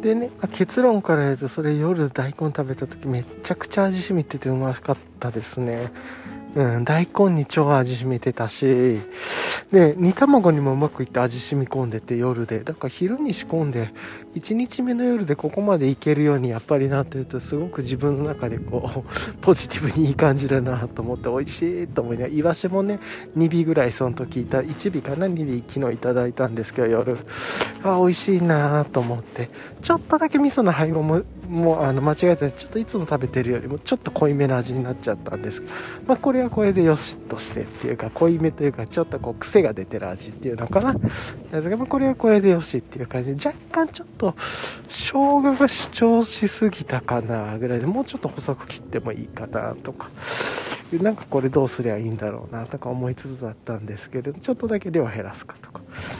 でね、結論から言うと、それ夜大根食べた時めっちゃくちゃ味染みててうまかったですね。大根に超味染みてたし、で煮卵にもうまくいって味染み込んでて、夜でだから昼に仕込んで1日目の夜でここまでいけるようにやっぱりなってると、すごく自分の中でこうポジティブにいい感じだなと思って、美味しいと思いながら、イワシもね2尾ぐらいその時1尾かな、2尾昨日いただいたんですけど、夜美味しいなと思って、ちょっとだけ味噌の配合も間違えて、ちょっといつも食べてるよりもちょっと濃いめの味になっちゃったんですけど、これはこれでよしとしてっていうか、濃いめというかちょっとこう癖が出てる味っていうのかな、これはこれでよしっていう感じで、若干ちょっと生姜が主張しすぎたかなぐらいで、もうちょっと細く切ってもいいかなとか、なんかこれどうすりゃいいんだろうなとか思いつつだったんですけれど、ちょっとだけ量減らすかとか、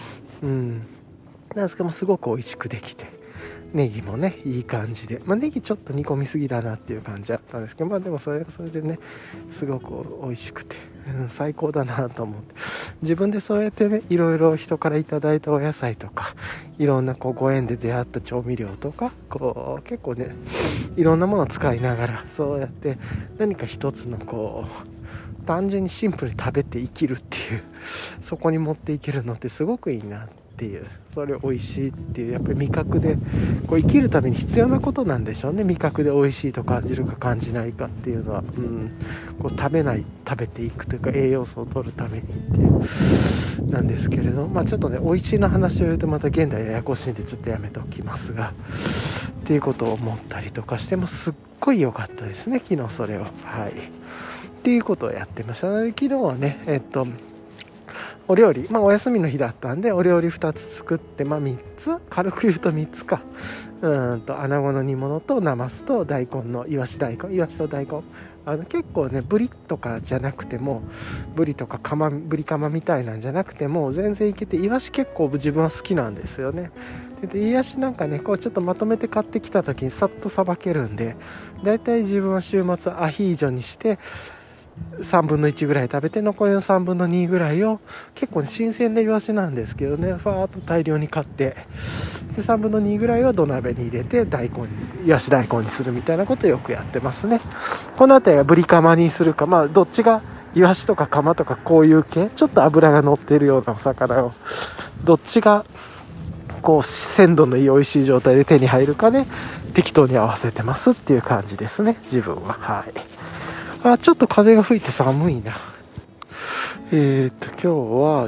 なんですけども、すごく美味しくできて、ネギもねいい感じで、ネギちょっと煮込みすぎだなっていう感じだったんですけど、でもそれでねすごく美味しくて、最高だなと思って、自分でそうやってねいろいろ人からいただいたお野菜とか、いろんなこうご縁で出会った調味料とか、こう結構ねいろんなものを使いながら、そうやって何か一つのこう単純にシンプルに食べて生きるっていう、そこに持っていけるのってすごくいいなっていう、それ美味しいっていう、やっぱり味覚でこう生きるために必要なことなんでしょうね。味覚で美味しいと感じるか感じないかっていうのは、こう食べていくというか、栄養素を取るためにっていうなんですけれど、ちょっとね美味しいの話を言うとまた現代ややこしいんでちょっとやめておきますが、っていうことを思ったりとかしても、すっごい良かったですね昨日それを。っていうことをやってましたので、昨日はねお料理、お休みの日だったんでお料理2つ作って、3つ、軽く言うと3つか、穴子の煮物とナマスと大根のイワシと大根、結構ねブリとかじゃなくても、ブリとかブリカマみたいなんじゃなくても全然いけて、イワシ結構自分は好きなんですよね。でイワシなんかねこうちょっとまとめて買ってきた時にさっとさばけるんで、だいたい自分は週末アヒージョにして3分の1ぐらい食べて、残りの3分の2ぐらいを、結構、ね、新鮮なイワシなんですけどね、ファーっと大量に買って、で3分の2ぐらいは土鍋に入れてイワシ大根にするみたいなことをよくやってますね。この辺りはブリカマにするか、どっちがイワシとかカマとかこういう系、ちょっと脂が乗ってるようなお魚をどっちがこう鮮度のいい美味しい状態で手に入るかね、適当に合わせてますっていう感じですね自分は。ちょっと風が吹いて寒いな。今日は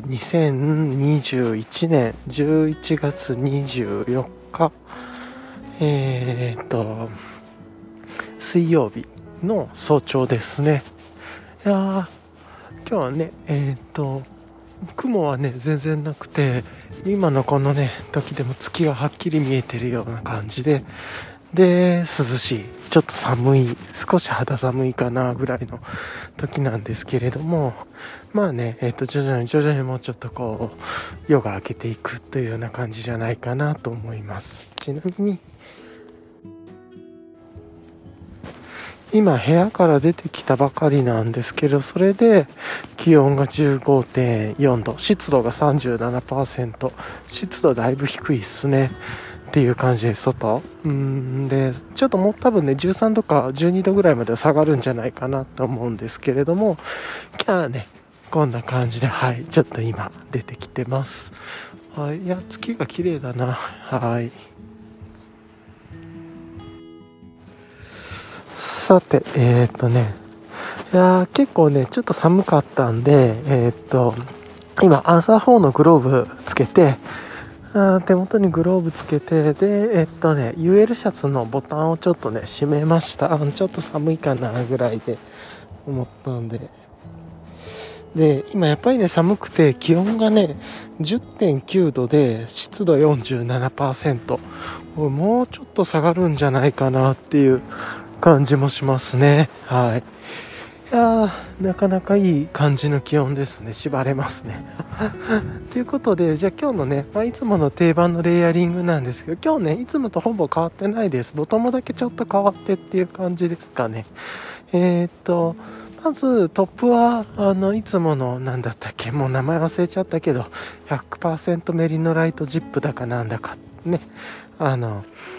2021年11月24日、水曜日の早朝ですね。今日はね雲はね全然なくて、今のこのね時でも月がはっきり見えてるような感じで、涼しい、ちょっと寒い、少し肌寒いかなぐらいの時なんですけれども、徐々にもうちょっとこう夜が明けていくというような感じじゃないかなと思います。ちなみに今部屋から出てきたばかりなんですけど、それで気温が 15.4 度、湿度が 37%、 湿度だいぶ低いっすねっていう感じで、外でちょっともう多分ね13度か12度ぐらいまでは下がるんじゃないかなと思うんですけれども、今日はねこんな感じでちょっと今出てきてます。いや月が綺麗だな。さていや結構ねちょっと寒かったんで、今朝4のグローブつけて、手元にグローブつけて、でUL シャツのボタンをちょっとね閉めました。ちょっと寒いかなぐらいで思ったんで、今やっぱりね寒くて、気温がね 10.9 度で湿度 47%、 もうちょっと下がるんじゃないかなっていう感じもしますね。いやなかなかいい感じの気温ですね。縛れますねということで、じゃあ今日のね、いつもの定番のレイヤリングなんですけど、今日ねいつもとほぼ変わってないです。ボトムだけちょっと変わってっていう感じですかね。まずトップはいつものなんだったっけ、もう名前忘れちゃったけど 100% メリノライトジップだかなんだかね、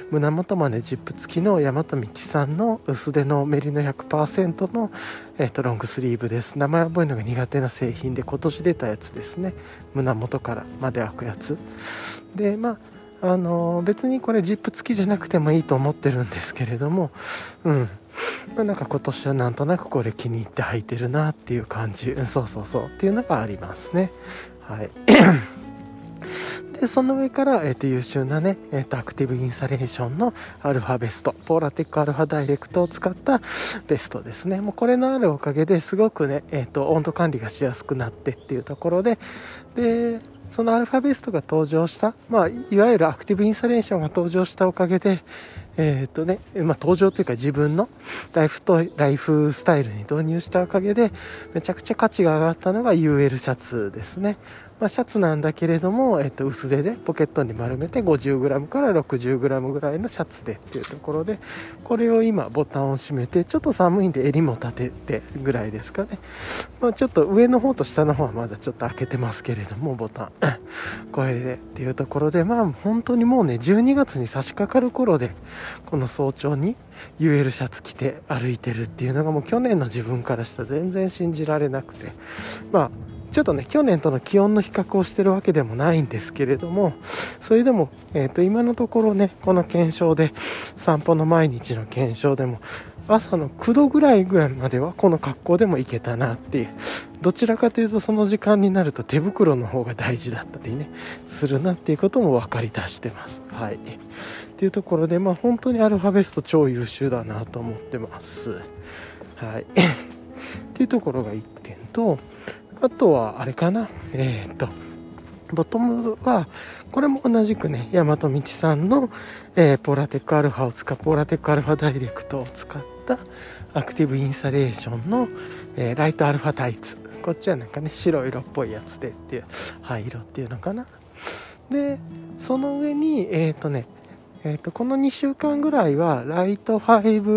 胸元までジップ付きの大和道産の薄手のメリノ 100% の、ロングスリーブです。名前覚えるのが苦手な製品で今年出たやつですね。胸元からまで開くやつで、別にこれジップ付きじゃなくてもいいと思ってるんですけれども、なんか今年はなんとなくこれ気に入って履いてるなっていう感じ、そうっていうのがありますね。はいでその上から、優秀なね、アクティブインサレーションのアルファベスト、ポーラテックアルファダイレクトを使ったベストですね。もうこれのあるおかげですごくね、温度管理がしやすくなってっていうところで、そのアルファベストが登場した、いわゆるアクティブインサレーションが登場したおかげで、登場というか自分のライフスタイルに導入したおかげでめちゃくちゃ価値が上がったのが UL シャツですね。シャツなんだけれども、薄手でポケットに丸めて 50g から 60g ぐらいのシャツでっていうところで、これを今ボタンを閉めて、ちょっと寒いんで襟も立ててぐらいですかね。ちょっと上の方と下の方はまだちょっと開けてますけれども、ボタンこれでっていうところで、本当にもうね12月に差し掛かる頃でこの早朝に UL シャツ着て歩いてるっていうのがもう去年の自分からしたら全然信じられなくて、ちょっとね去年との気温の比較をしてるわけでもないんですけれども、それでも、今のところねこの検証で散歩の毎日の検証でも朝の9度ぐらいまではこの格好でもいけたなっていう、どちらかというとその時間になると手袋の方が大事だったりねするなっていうことも分かり出してます。はいっていうところで、本当にアルファベスト超優秀だなと思ってます。はいっていうところが1点と、あとはあれかな、ボトムはこれも同じくね大和道産の、ポーラテックアルファダイレクトを使ったアクティブインサレーションの、ライトアルファタイツ、こっちはなんかね白色っぽいやつでっていう灰色っていうのかな。でその上にこの2週間ぐらいはライト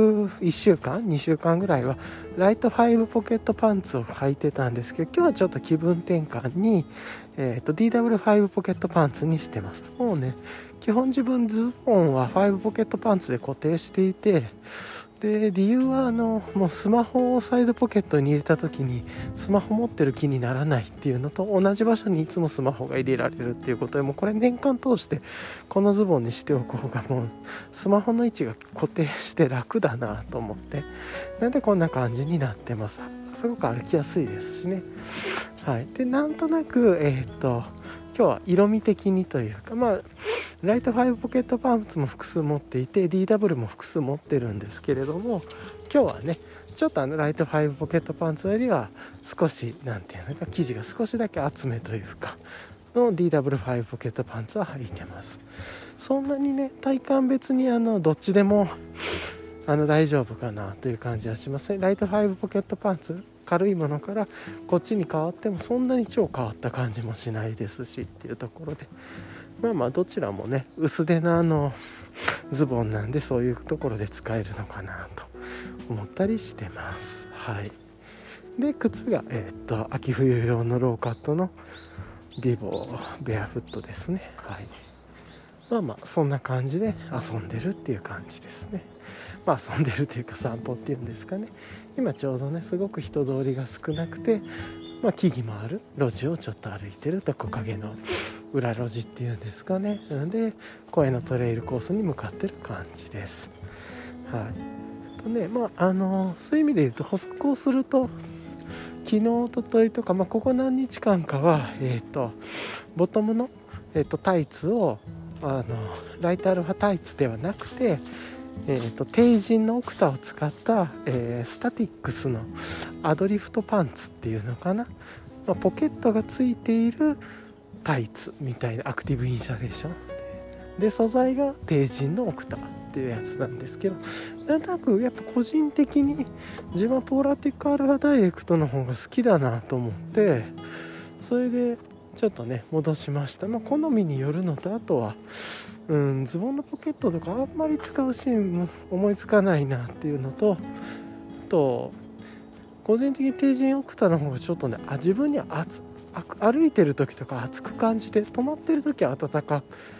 2週間ぐらいはライト5ポケットパンツを履いてたんですけど、今日はちょっと気分転換に、DW5 ポケットパンツにしてます。もうね基本自分ズボンは5ポケットパンツで固定していて、で理由はもうスマホをサイドポケットに入れた時にスマホ持ってる気にならないっていうのと、同じ場所にいつもスマホが入れられるっていうことで、もうこれ年間通してこのズボンにしておく方がもうスマホの位置が固定して楽だなと思って、なんでこんな感じになってます。すごく歩きやすいですしね。はいでなんとなく今日は色味的にというか、ライト5ポケットパンツも複数持っていて DW も複数持ってるんですけれども、今日はねちょっとライト5ポケットパンツよりは少しなんていうのか生地が少しだけ厚めというかの DW5 ポケットパンツは履いてます。そんなにね体感別にどっちでも大丈夫かなという感じはしますね。ライト5ポケットパンツ軽いものからこっちに変わってもそんなに超変わった感じもしないですしっていうところで、どちらもね薄手のズボンなんでそういうところで使えるのかなと思ったりしてます。はいで靴が秋冬用のローカットのディボベアフットですね。はいそんな感じで遊んでるっていう感じですね。遊んでるというか散歩っていうんですかね。今ちょうどねすごく人通りが少なくて、木々もある路地をちょっと歩いてると木陰の裏路地っていうんですかね。で公園のトレイルコースに向かってる感じです。はいとねそういう意味で言うと補足をすると、昨日おとといとか、ここ何日間かはボトムの、タイツをライトアルファタイツではなくて低陣のオクタを使った、スタティックスのアドリフトパンツっていうのかな、ポケットがついているタイツみたいなアクティブインサレーションで、素材が低陣のオクタっていうやつなんですけど、なんとなくやっぱ個人的に自分はポーラティックアルファダイレクトの方が好きだなと思って、それでちょっとね戻しました。好みによるのと、あとはズボンのポケットとかあんまり使うシーンも思いつかないなっていうのと、あと個人的に低陣オクタの方がちょっとね自分には歩いてる時とか暑く感じて、止まってる時は暖か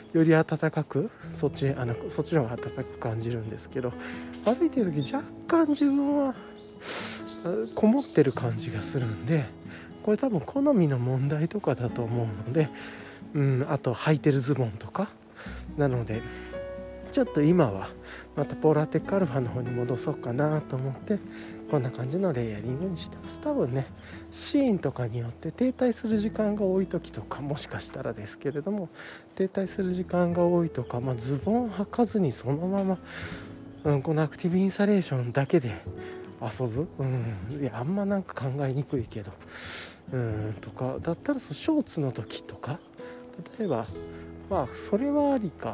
より暖かくそっちの方が暖かく感じるんですけど、歩いてる時若干自分はこもってる感じがするんで、これ多分好みの問題とかだと思うので、あと履いてるズボンとかなので、ちょっと今はまたポーラーテックアルファの方に戻そうかなと思って、こんな感じのレイヤリングにしてます。多分ね、シーンとかによって停滞する時間が多い時とか、もしかしたらですけれども停滞する時間が多いとか、ズボン履かずにそのまま、このアクティブインサレーションだけで遊ぶ、いやあんまなんか考えにくいけど、とかだったらショーツの時とか、例えばそれはありか、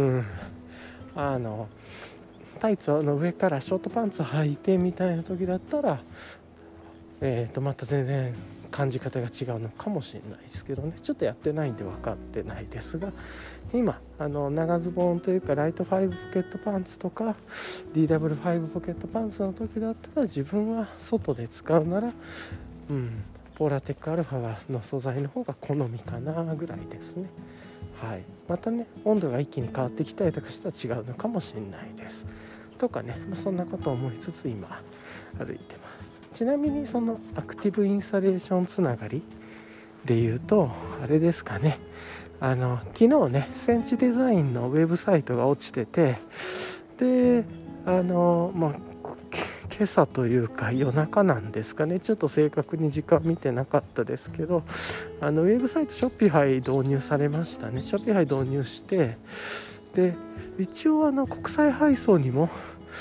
タイツの上からショートパンツ履いてみたいな時だったら、また全然感じ方が違うのかもしれないですけどね、ちょっとやってないんで分かってないですが、今長ズボンというかライト5ポケットパンツとか DW5 ポケットパンツの時だったら、自分は外で使うなら、ポーラーテックアルファの素材の方が好みかなぐらいですね。またね、温度が一気に変わってきたりとかしたら違うのかもしれないですとかね、そんなことを思いつつ今歩いてます。ちなみにそのアクティブインサレーションつながりで言うと、あれですかね、昨日ねセンチデザインのウェブサイトが落ちてて、で今朝というか夜中なんですかね、ちょっと正確に時間見てなかったですけど、ウェブサイトショッピファイ導入されましたね。ショッピファイ導入して、で一応国際配送にも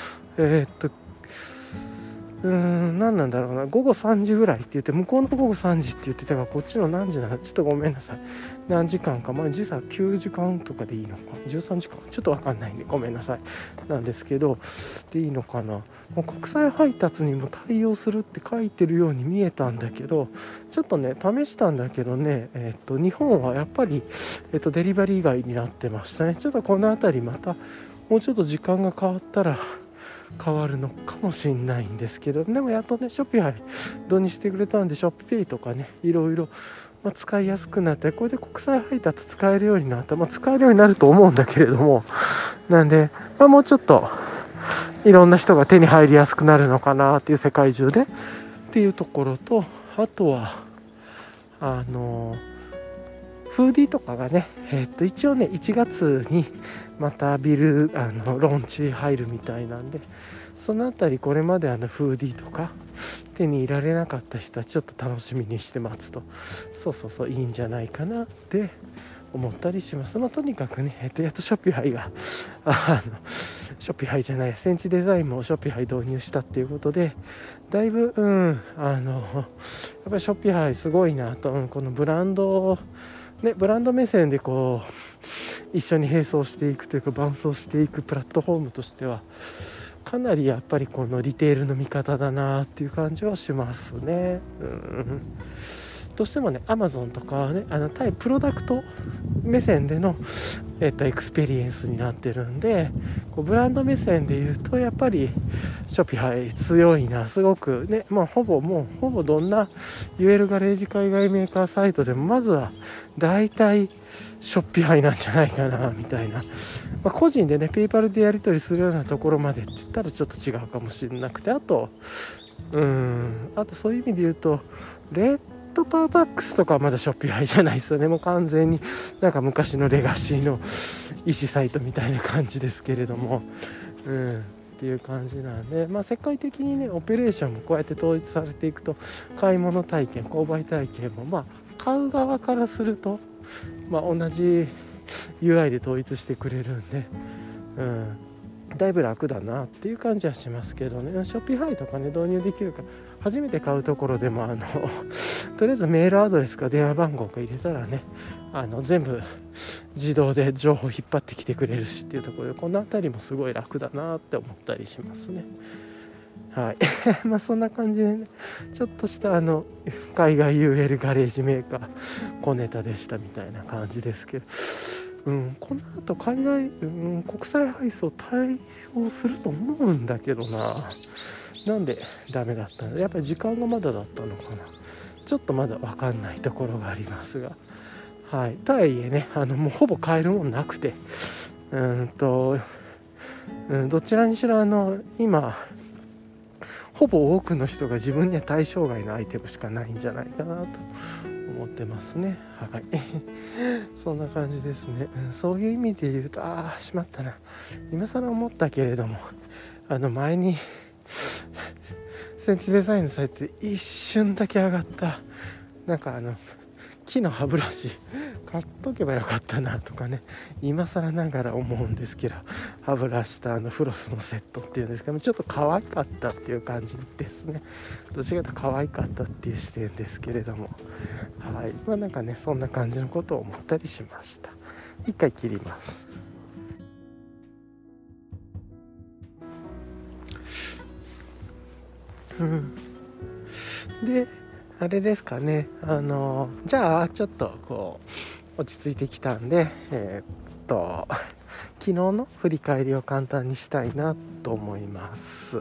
何なんだろうな、午後3時ぐらいって言って、向こうの午後3時って言ってたから、こっちの何時なの、ちょっとごめんなさい、何時間か、時差9時間とかでいいのか13時間ちょっと分かんないんでごめんなさいなんですけど、でいいのかな、もう国際配達にも対応するって書いてるように見えたんだけど、ちょっとね試したんだけどね、日本はやっぱり、デリバリー以外になってましたね。ちょっとこの辺りまたもうちょっと時間が変わったら変わるのかもしれないんですけど、でもやっとねショッピファイ導入してくれたんで、ショッピペイとかねいろいろ使いやすくなって、これで国際配達使えるようになった、使えるようになると思うんだけれども、なんで、もうちょっといろんな人が手に入りやすくなるのかなっていう、世界中でっていうところと、あとはフーディーとかがね、一応ね1月にまたローンチ入るみたいなんで、そのあたりこれまでフーディーとか手に入れられなかった人はちょっと楽しみにして待つと、そういいんじゃないかなって思ったりします。とにかくね、やっとショッピファイがショッピファイじゃない、センチデザインもショッピファイ導入したっていうことで、だいぶやっぱりショッピファイすごいなと、このブランド目線でこう一緒に並走していくというか伴走していくプラットフォームとしては、かなりやっぱりこのリテールの味方だなっていう感じはしますね。どうしてもね Amazon とかはね対プロダクト目線での、エクスペリエンスになってるんで、こうブランド目線で言うとやっぱりショピファイ強いな、すごくね、ほぼどんな言えるガレージ海外メーカーサイトでもまずは大体ショッピファイなんじゃないかなみたいな、個人でねペイパルでやり取りするようなところまでって言ったらちょっと違うかもしれなくて、あとそういう意味で言うとレッドパワーバックスとかはまだショッピファイじゃないですよね。もう完全になんか昔のレガシーの医師サイトみたいな感じですけれども、っていう感じなんで、世界的にねオペレーションもこうやって統一されていくと、買い物体験購買体験も買う側からすると、同じ UI で統一してくれるんで、だいぶ楽だなっていう感じはしますけどね。ショッピファイとかね導入できるか、初めて買うところでもとりあえずメールアドレスか電話番号か入れたらね全部自動で情報引っ張ってきてくれるしっていうところで、この辺りもすごい楽だなって思ったりしますね。そんな感じでね、ちょっとした海外 UL ガレージメーカー小ネタでしたみたいな感じですけど、この後海外、国際配送対応すると思うんだけどなんでダメだったの？やっぱり時間がまだだったのかな、ちょっとまだ分かんないところがありますが、 はい、とはいえねもうほぼ買えるもんなくてどちらにしろ今ほぼ多くの人が自分には対象外のアイテムしかないんじゃないかなと思ってますね。はいそんな感じですね、そういう意味で言うとしまったな、今更思ったけれども前にセンチデザインのサイトで一瞬だけ上がったなんか木の歯ブラシ買っとけばよかったなとかね、今更ながら思うんですけど、歯ブラシとフロスのセットっていうんですかね、ちょっと可愛かったっていう感じですね。どっちかというと可愛かったっていう視点ですけれども、はい、なんかねそんな感じのことを思ったりしました。一回切ります。であれですかね、じゃあちょっとこう落ち着いてきたんで昨日の振り返りを簡単にしたいなと思います。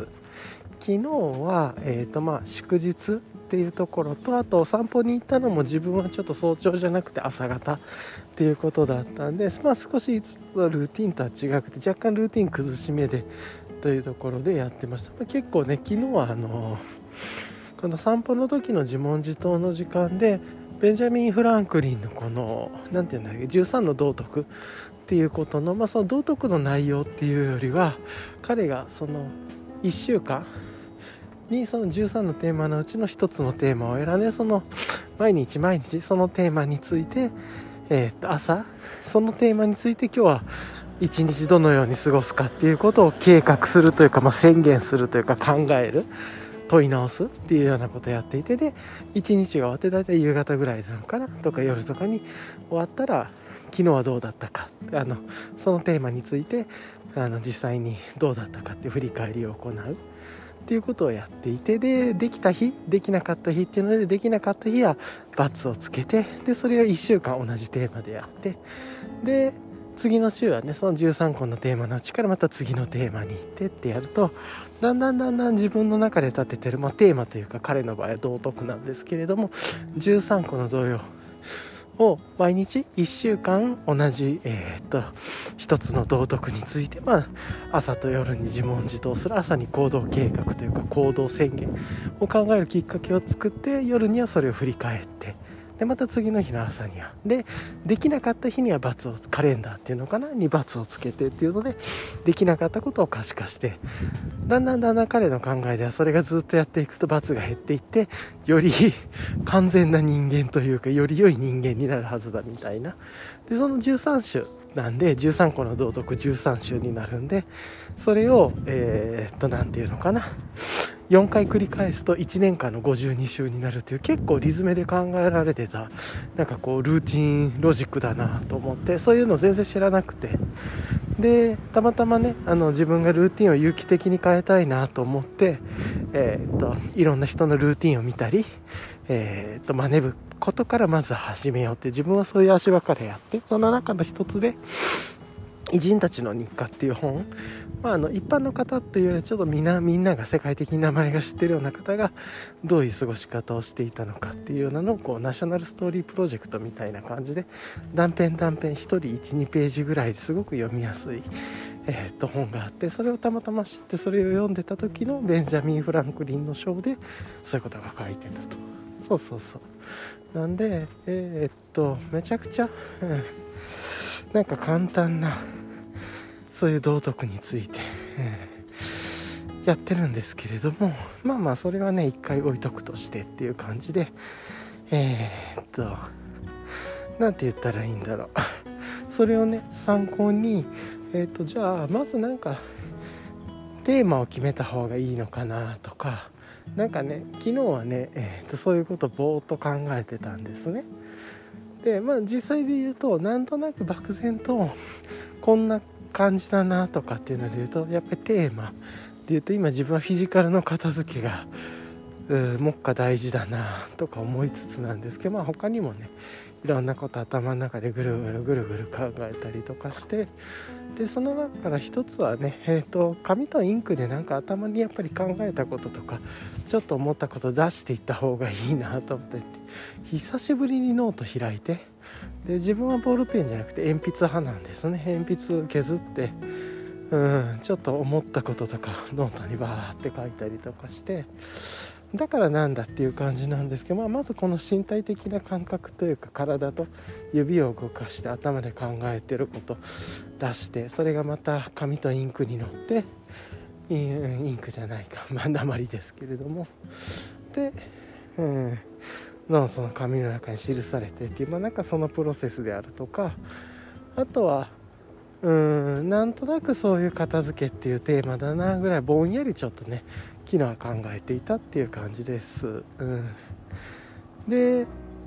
昨日は、祝日っていうところと、あとお散歩に行ったのも自分はちょっと早朝じゃなくて朝方っていうことだったんで、少しいつものルーティンとは違くて若干ルーティン崩し目でというところでやってました。結構ね昨日はこの散歩の時の自問自答の時間でベンジャミン・フランクリンのこのなんていうんだっけ13の道徳っていうことの、その道徳の内容っていうよりは彼がその1週間にその13のテーマのうちの1つのテーマを選んで、その毎日そのテーマについて、朝そのテーマについて今日は一日どのように過ごすかっていうことを計画するというか、宣言するというか考える問い直すっていうようなことをやっていて、で1日が終わってだいたい夕方ぐらいなのかなとか夜とかに終わったら昨日はどうだったか、そのテーマについて実際にどうだったかっていう振り返りを行うっていうことをやっていて、できた日できなかった日っていうので、できなかった日は×をつけて、でそれを1週間同じテーマでやって、で次の週はねその13個のテーマのうちからまた次のテーマに行ってってやると、だんだん自分の中で立ててる、テーマというか彼の場合は道徳なんですけれども、13個の童謡を毎日1週間同じ、一つの道徳について、朝と夜に自問自答する、朝に行動計画というか行動宣言を考えるきっかけを作って、夜にはそれを振り返って、でまた次の日の朝にはできなかった日には×をカレンダーっていうのかなに×をつけてっていうので、できなかったことを可視化して、だんだん彼の考えではそれがずっとやっていくと×が減っていって、より完全な人間というかより良い人間になるはずだみたいな。でその13週なんで13個の道徳13週になるんで、それをなんていうのかな、4回繰り返すと1年間の52週になるという、結構リズムで考えられてたなんかこうルーティンロジックだなと思って、そういうの全然知らなくて、でたまたまね自分がルーティンを有機的に変えたいなと思って、いろんな人のルーティンを見たり、真似ることからまず始めようって、自分はそういう足場からやって、その中の一つで偉人たちの日課っていう本、一般の方っていうよりはちょっとみんなが世界的に名前が知ってるような方がどういう過ごし方をしていたのかっていうようなのをこうナショナルストーリープロジェクトみたいな感じで断片1人 1,2 ページぐらいですごく読みやすい、本があって、それをたまたま知ってそれを読んでた時のベンジャミン・フランクリンの章でそういうことが書いてたと。そうなんでめちゃくちゃ、なんか簡単なそういう道徳について、やってるんですけれども、それはね一回置いとくとしてっていう感じで、なんて言ったらいいんだろうそれをね参考に、じゃあまずなんかテーマを決めた方がいいのかなとか、なんかね昨日はね、そういうことをぼーっと考えてたんですね。で実際で言うとなんとなく漠然とこんな感じだなとかっていうので言うと、やっぱりテーマで言うと今自分はフィジカルの片付けが目下大事だなとか思いつつなんですけど、他にもねいろんなこと頭の中でぐるぐる考えたりとかして、でその中から一つはね、紙とインクでなんか頭にやっぱり考えたこととかちょっと思ったこと出していった方がいいなと思って、久しぶりにノート開いてで自分はボールペンじゃなくて鉛筆派なんですね。鉛筆を削ってちょっと思ったこととかノートにバーって書いたりとかして、だからなんだっていう感じなんですけど、まずこの身体的な感覚というか、体と指を動かして頭で考えてること出して、それがまた紙とインクに乗ってインクじゃないか、鉛ですけれども、で、その紙の中に記されてっていう、なんかそのプロセスであるとか、あとはなんとなくそういう片付けっていうテーマだなぐらいぼんやりちょっとね昨日は考えていたっていう感じです。で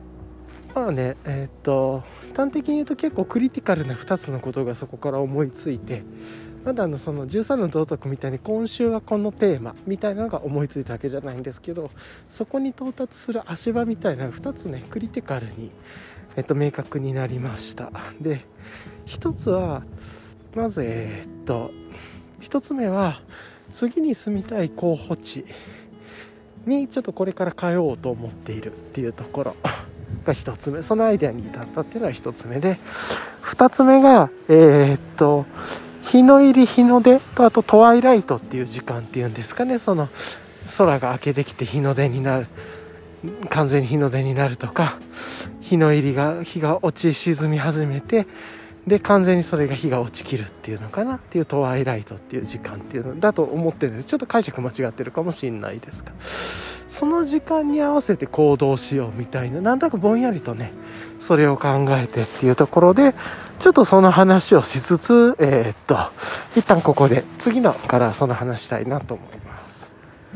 端的に言うと結構クリティカルな2つのことがそこから思いついて、まだその13の道徳みたいに今週はこのテーマみたいなのが思いついたわけじゃないんですけど、そこに到達する足場みたいな2つねクリティカルに、明確になりました。で一つはまず一つ目は次に住みたい候補地にちょっとこれから通おうと思っているっていうところが一つ目、そのアイデアに至ったっていうのが一つ目で、二つ目が日の入り日の出と、あとトワイライトっていう時間っていうんですかね、その空が明けてきて日の出になる、完全に日の出になるとか、日が落ち沈み始めて、で完全にそれが日が落ちきるっていうのかなっていうトワイライトっていう時間っていうのだと思ってるんです。ちょっと解釈間違ってるかもしれないですが、その時間に合わせて行動しようみたいな、なんとなくぼんやりとねそれを考えてっていうところで、ちょっとその話をしつつ一旦ここで次のからその話したいなと思います。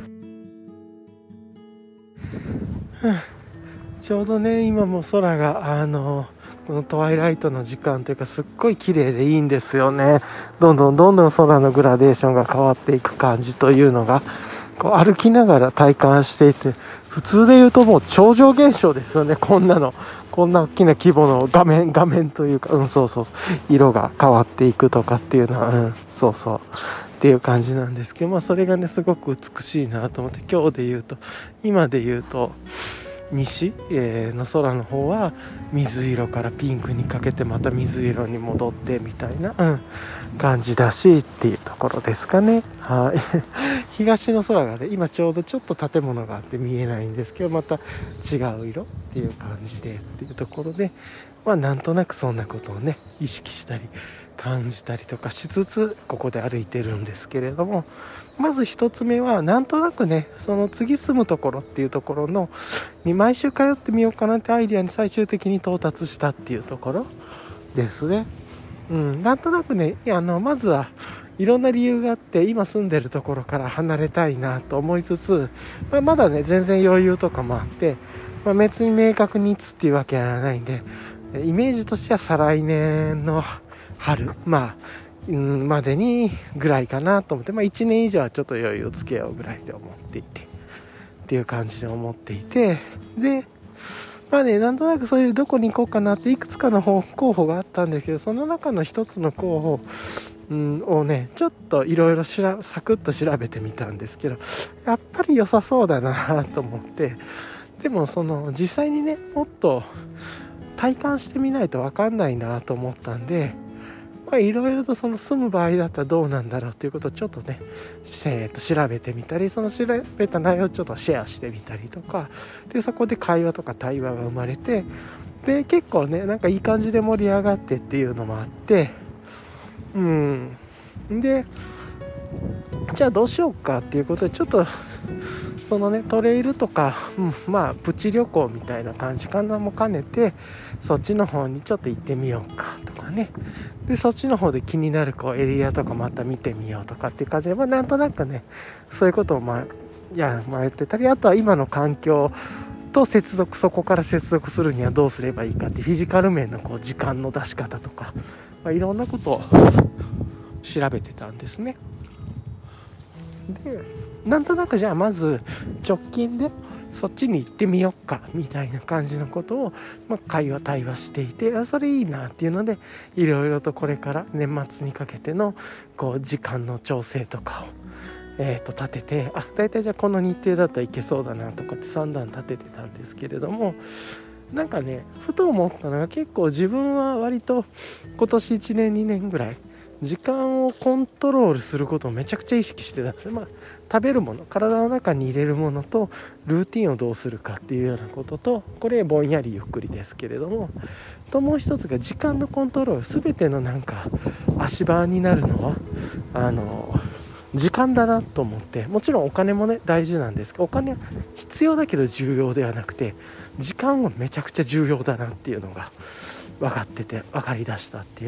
ちょうどね今も空がこのトワイライトの時間というかすっごい綺麗でいいんですよね。どんどん空のグラデーションが変わっていく感じというのがこう歩きながら体感していて、普通で言うともう超常現象ですよね。こんな大きな規模の画面というか、そう色が変わっていくとかっていうのはっていう感じなんですけど、それがねすごく美しいなと思って、今で言うと西の空の方は水色からピンクにかけてまた水色に戻ってみたいな、感じだしっていうところですかね。はい。東の空がね今ちょうどちょっと建物があって見えないんですけど、また違う色っていう感じでっていうところで、なんとなくそんなことをね意識したり感じたりとかしつつここで歩いてるんですけれども、まず一つ目はなんとなくねその次住むところっていうところのに毎週通ってみようかなってアイデアに最終的に到達したっていうところですね。なんとなくねまずはいろんな理由があって今住んでるところから離れたいなと思いつつ、まだね全然余裕とかもあって、別に明確にいつっていうわけじゃないんで、イメージとしては再来年の春までにぐらいかなと思って、1年以上はちょっと余裕をつけようぐらいで思っていてっていう感じで思っていて、でなんとなくそういうどこに行こうかなっていくつかの候補があったんですけど、その中の一つの候補をねちょっといろいろサクッと調べてみたんですけど、やっぱり良さそうだなと思って、でも実際にねもっと体感してみないと分かんないなと思ったんで、いろいろと住む場合だったらどうなんだろうということをちょっとね、調べてみたり、その調べた内容をちょっとシェアしてみたりとかで、そこで会話とか対話が生まれて、で結構ねなんかいい感じで盛り上がってっていうのもあって、でじゃあどうしようかっていうことでちょっとトレイルとか、プチ旅行みたいな感じかなも兼ねてそっちの方にちょっと行ってみようかとかね、でそっちの方で気になるエリアとかまた見てみようとかっていう感じで、なんとなくねそういうことを迷ってたり、あとは今の環境とそこから接続するにはどうすればいいかってフィジカル面の時間の出し方とか、いろんなことを調べてたんですね。でなんとなくじゃあまず直近でそっちに行ってみようかみたいな感じのことを、対話していて、それいいなっていうのでいろいろとこれから年末にかけての時間の調整とかを、立てて、だいたいじゃあこの日程だったらいけそうだなとかって3段立ててたんですけれども、 なんかねふと思ったのが、結構自分は割と今年1年2年ぐらい時間をコントロールすることをめちゃくちゃ意識してたんですよ。食べるもの、体の中に入れるものとルーティンをどうするかっていうようなことと、これぼんやりゆっくりですけれども、ともう一つが時間のコントロール。全てのなんか足場になるのは時間だなと思って、もちろんお金もね大事なんですけど、お金は必要だけど重要ではなくて、時間はめちゃくちゃ重要だなっていうのが分かりだしたっていう、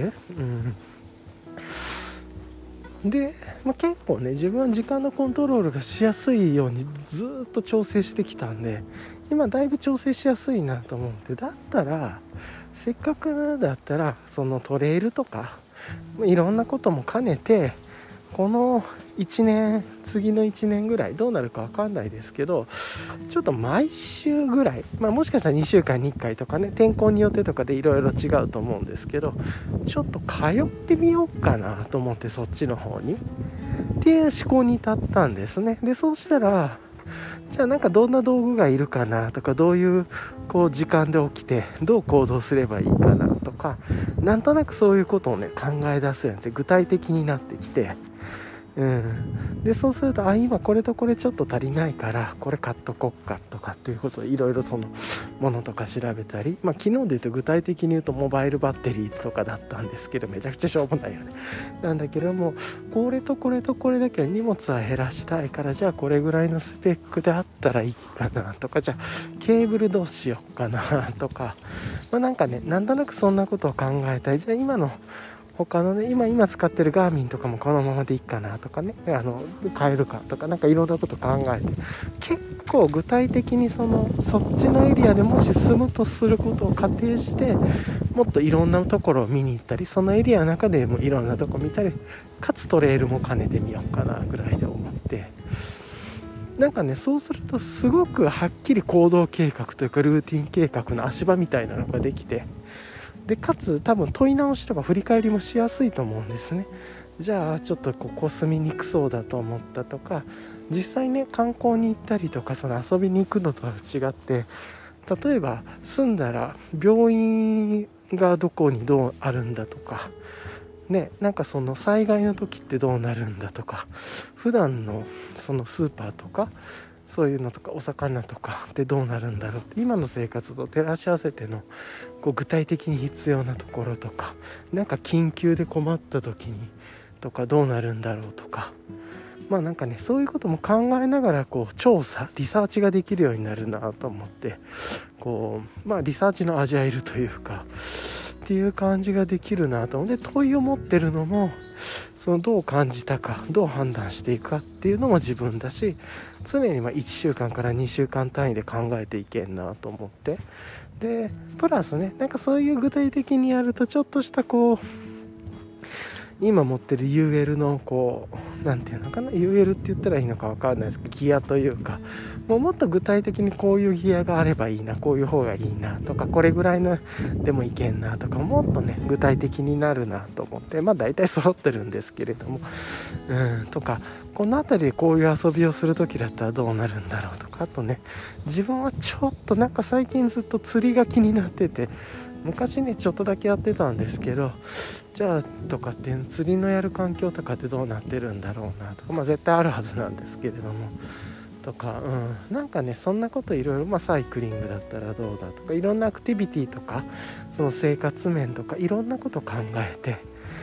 で、結構ね自分は時間のコントロールがしやすいようにずっと調整してきたんで、今だいぶ調整しやすいなと思って、だったらせっかくだったらそのトレイルとかいろんなことも兼ねて、この1年次の1年ぐらいどうなるか分かんないですけど、ちょっと毎週ぐらい、もしかしたら2週間に1回とかね、天候によってとかでいろいろ違うと思うんですけど、ちょっと通ってみようかなと思って、そっちの方にっていう思考に至ったんですね。でそうしたら、じゃあなんかどんな道具がいるかなとか、どういう時間で起きてどう行動すればいいかなとか、なんとなくそういうことをね考え出すようになって具体的になってきて、でそうすると今これとこれちょっと足りないからこれ買っとこっかとかっていうことでいろいろそのものとか調べたり、昨日で言うと具体的に言うとモバイルバッテリーとかだったんですけど、めちゃくちゃしょうもないよね。なんだけども、これとこれとこれだけは荷物は減らしたいから、じゃあこれぐらいのスペックであったらいいかなとか、じゃあケーブルどうしようかなとか、なんかね、なんとなくそんなことを考えたり、じゃあ今の他のね、今使ってるガーミンとかもこのままでいいかなとかね、変えるかとか、なんかいろんなこと考えて、結構具体的にそっちのエリアでもし住むとすることを仮定して、もっといろんなところを見に行ったり、そのエリアの中でもいろんなとこ見たり、かつトレイルも兼ねてみようかなぐらいで思って、なんかね、そうするとすごくはっきり行動計画というかルーティン計画の足場みたいなのができて、でかつ多分問い直しとか振り返りもしやすいと思うんですね。じゃあちょっとここ住みにくそうだと思ったとか、実際ね観光に行ったりとか、その遊びに行くのとは違って、例えば住んだら病院がどこにどうあるんだとかね、なんかその災害の時ってどうなるんだとか、普段のそのスーパーとかそういうのとかお魚とかってどうなるんだろうって、今の生活と照らし合わせての具体的に必要なところとか、なんか緊急で困った時にとかどうなるんだろうとか、なんかね、そういうことも考えながら調査リサーチができるようになるなと思って、リサーチの味わえるというかっていう感じができるなと思って、問いを持ってるのもそのどう感じたか、どう判断していくかっていうのも自分だし、常に1週間から2週間単位で考えていけんなと思って、でプラスね、なんかそういう具体的にやるとちょっとした今持ってる UL のなんていうのかな、 UL って言ったらいいのか分かんないですけど、ギアというか、もっと具体的にこういうギアがあればいいな、こういう方がいいなとか、これぐらいのでもいけんなとか、もっとね具体的になるなと思って、大体揃ってるんですけれども、とかこの辺りでこういう遊びをする時だったらどうなるんだろうとか、あとね、自分はちょっとなんか最近ずっと釣りが気になってて、昔ねちょっとだけやってたんですけど、じゃあとかって釣りのやる環境とかってどうなってるんだろうなとか、絶対あるはずなんですけれどもとか、なんかね、そんなこといろいろ、サイクリングだったらどうだとか、いろんなアクティビティとか、その生活面とかいろんなこと考えて、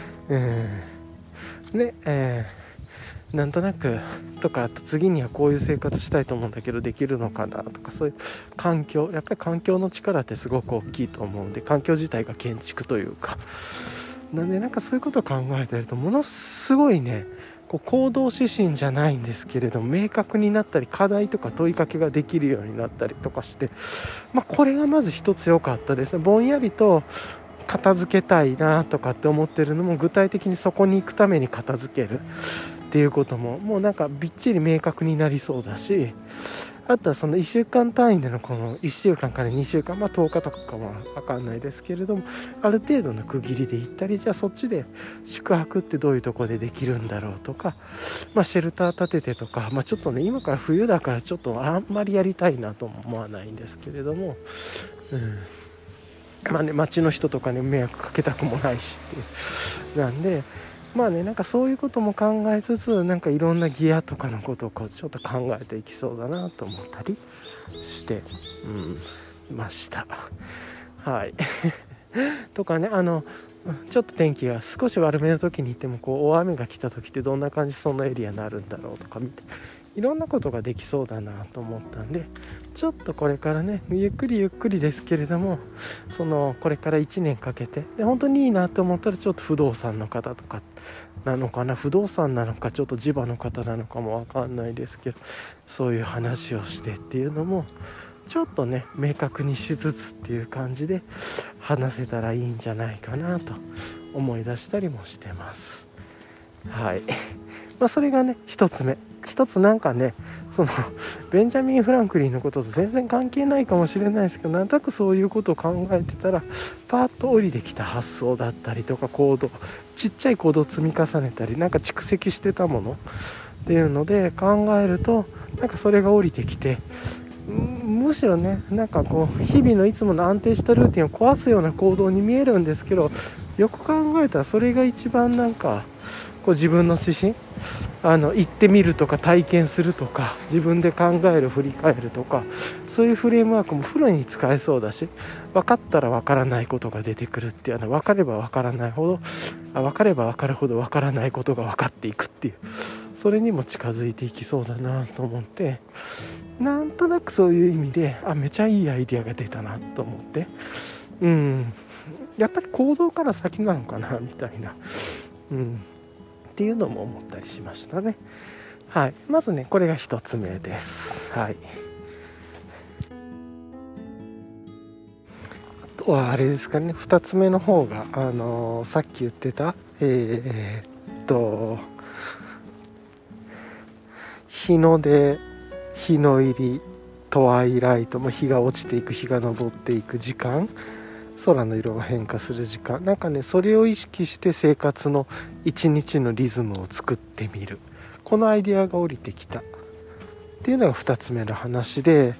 なんとなくとか、あと次にはこういう生活したいと思うんだけどできるのかなとか、そういう環境、やっぱり環境の力ってすごく大きいと思うんで、環境自体が建築というかなんで、なんかそういうことを考えてるとものすごいね、行動指針じゃないんですけれども明確になったり、課題とか問いかけができるようになったりとかして、これがまず一つ良かったですね。ぼんやりと片付けたいなとかって思ってるのも、具体的にそこに行くために片付けるっていうことももうなんかびっちり明確になりそうだし、 あとはその1週間単位でのこの1週間から2週間、10日とかかも分かんないですけれども、ある程度の区切りで行ったり、じゃあそっちで宿泊ってどういうところでできるんだろうとか、シェルター立ててとか、ちょっとね今から冬だからちょっとあんまりやりたいなとも思わないんですけれども、町の人とかに迷惑かけたくもないしっていう、なんでなんかそういうことも考えつつ、なんかいろんなギアとかのことをちょっと考えていきそうだなと思ったりしてました。はいとかね、ちょっと天気が少し悪めの時に行っても大雨が来た時ってどんな感じそのエリアになるんだろうとか見て、いろんなことができそうだなと思ったんで、ちょっとこれからねゆっくりですけれども、これから1年かけてで本当にいいなと思ったら、ちょっと不動産の方とかなのかな、不動産なのかちょっと地場の方なのかも分かんないですけど、そういう話をしてっていうのもちょっとね明確にしつつっていう感じで話せたらいいんじゃないかなと思い出したりもしてます。はいそれがね一つなんかね、ベンジャミン・フランクリンのことと全然関係ないかもしれないですけど、なんとなくそういうことを考えてたらパーッと降りてきた発想だったりとか、ちっちゃい行動を積み重ねたり、なんか蓄積してたものっていうので考えると、なんかそれが降りてきて、むしろねなんか日々のいつもの安定したルーティンを壊すような行動に見えるんですけど、よく考えたらそれが一番なんか自分の指針、行ってみるとか体験するとか自分で考える振り返るとか、そういうフレームワークもフルに使えそうだし、分かったら分からないことが出てくるっていうのは、分かれば分からないほど分かれば分かるほど分からないことが分かっていくっていう、それにも近づいていきそうだなと思って、なんとなくそういう意味でめちゃいいアイデアが出たなと思って、やっぱり行動から先なのかなみたいな、っていうのも思ったりしましたね。はい、まずねこれが一つ目です。はい、あとはあれですかね、2つ目の方が、さっき言ってた日の出、日の入り、トワイライトも、日が落ちていく日が昇っていく時間、空の色が変化する時間、なんかねそれを意識して生活の一日のリズムを作ってみる、このアイデアが降りてきたっていうのが2つ目の話で、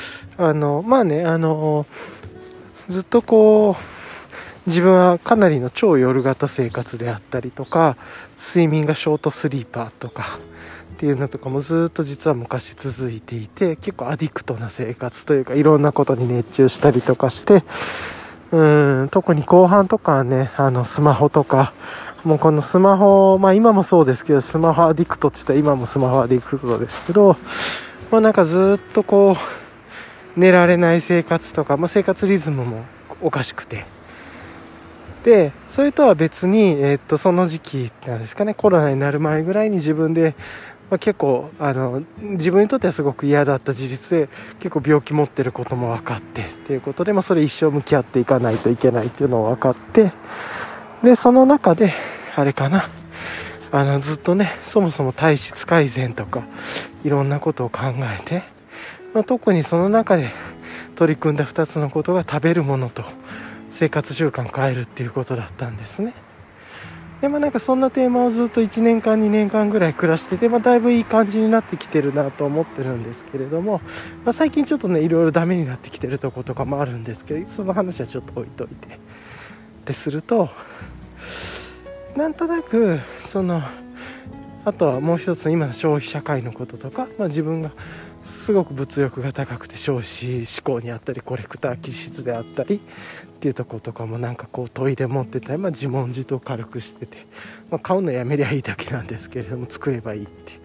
ずっと自分はかなりの超夜型生活であったりとか、睡眠がショートスリーパーとかっていうのとかもずっと実は昔続いていて、結構アディクトな生活というか、いろんなことに熱中したりとかして、特に後半とかはねスマホとか、もうこのスマホ、今もそうですけど、スマホアディクトって言ったら今もスマホアディクトですけど、なんかずっと寝られない生活とか、生活リズムもおかしくて、でそれとは別に、その時期なんですかね、コロナになる前ぐらいに自分で、結構自分にとってはすごく嫌だった事実で、結構病気持ってることも分かってっていうことで、それ一生向き合っていかないといけないっていうのを分かって、でその中であれかな、ずっとねそもそも体質改善とかいろんなことを考えて、特にその中で取り組んだ2つのことが食べるものと生活習慣を変えるっていうことだったんですね。でなんかそんなテーマをずっと1年間2年間ぐらい暮らしてて、だいぶいい感じになってきてるなと思ってるんですけれども、最近ちょっとねいろいろダメになってきてるとことかもあるんですけど、その話はちょっと置いといてですると、なんとなくあとはもう一つの今の消費社会のこととか、自分がすごく物欲が高くて消費志向にあったりコレクター気質であったりっていうところとかもなんか問いで持ってたり、自問自答軽くしてて、買うのやめりゃいいだけなんですけれども作ればいいっていう、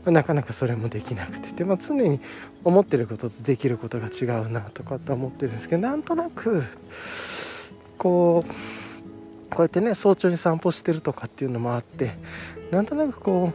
なかなかそれもできなくて、常に思ってることとできることが違うなとかって思ってるんですけど、なんとなくこうやってね早朝に散歩してるとかっていうのもあって、なんとなく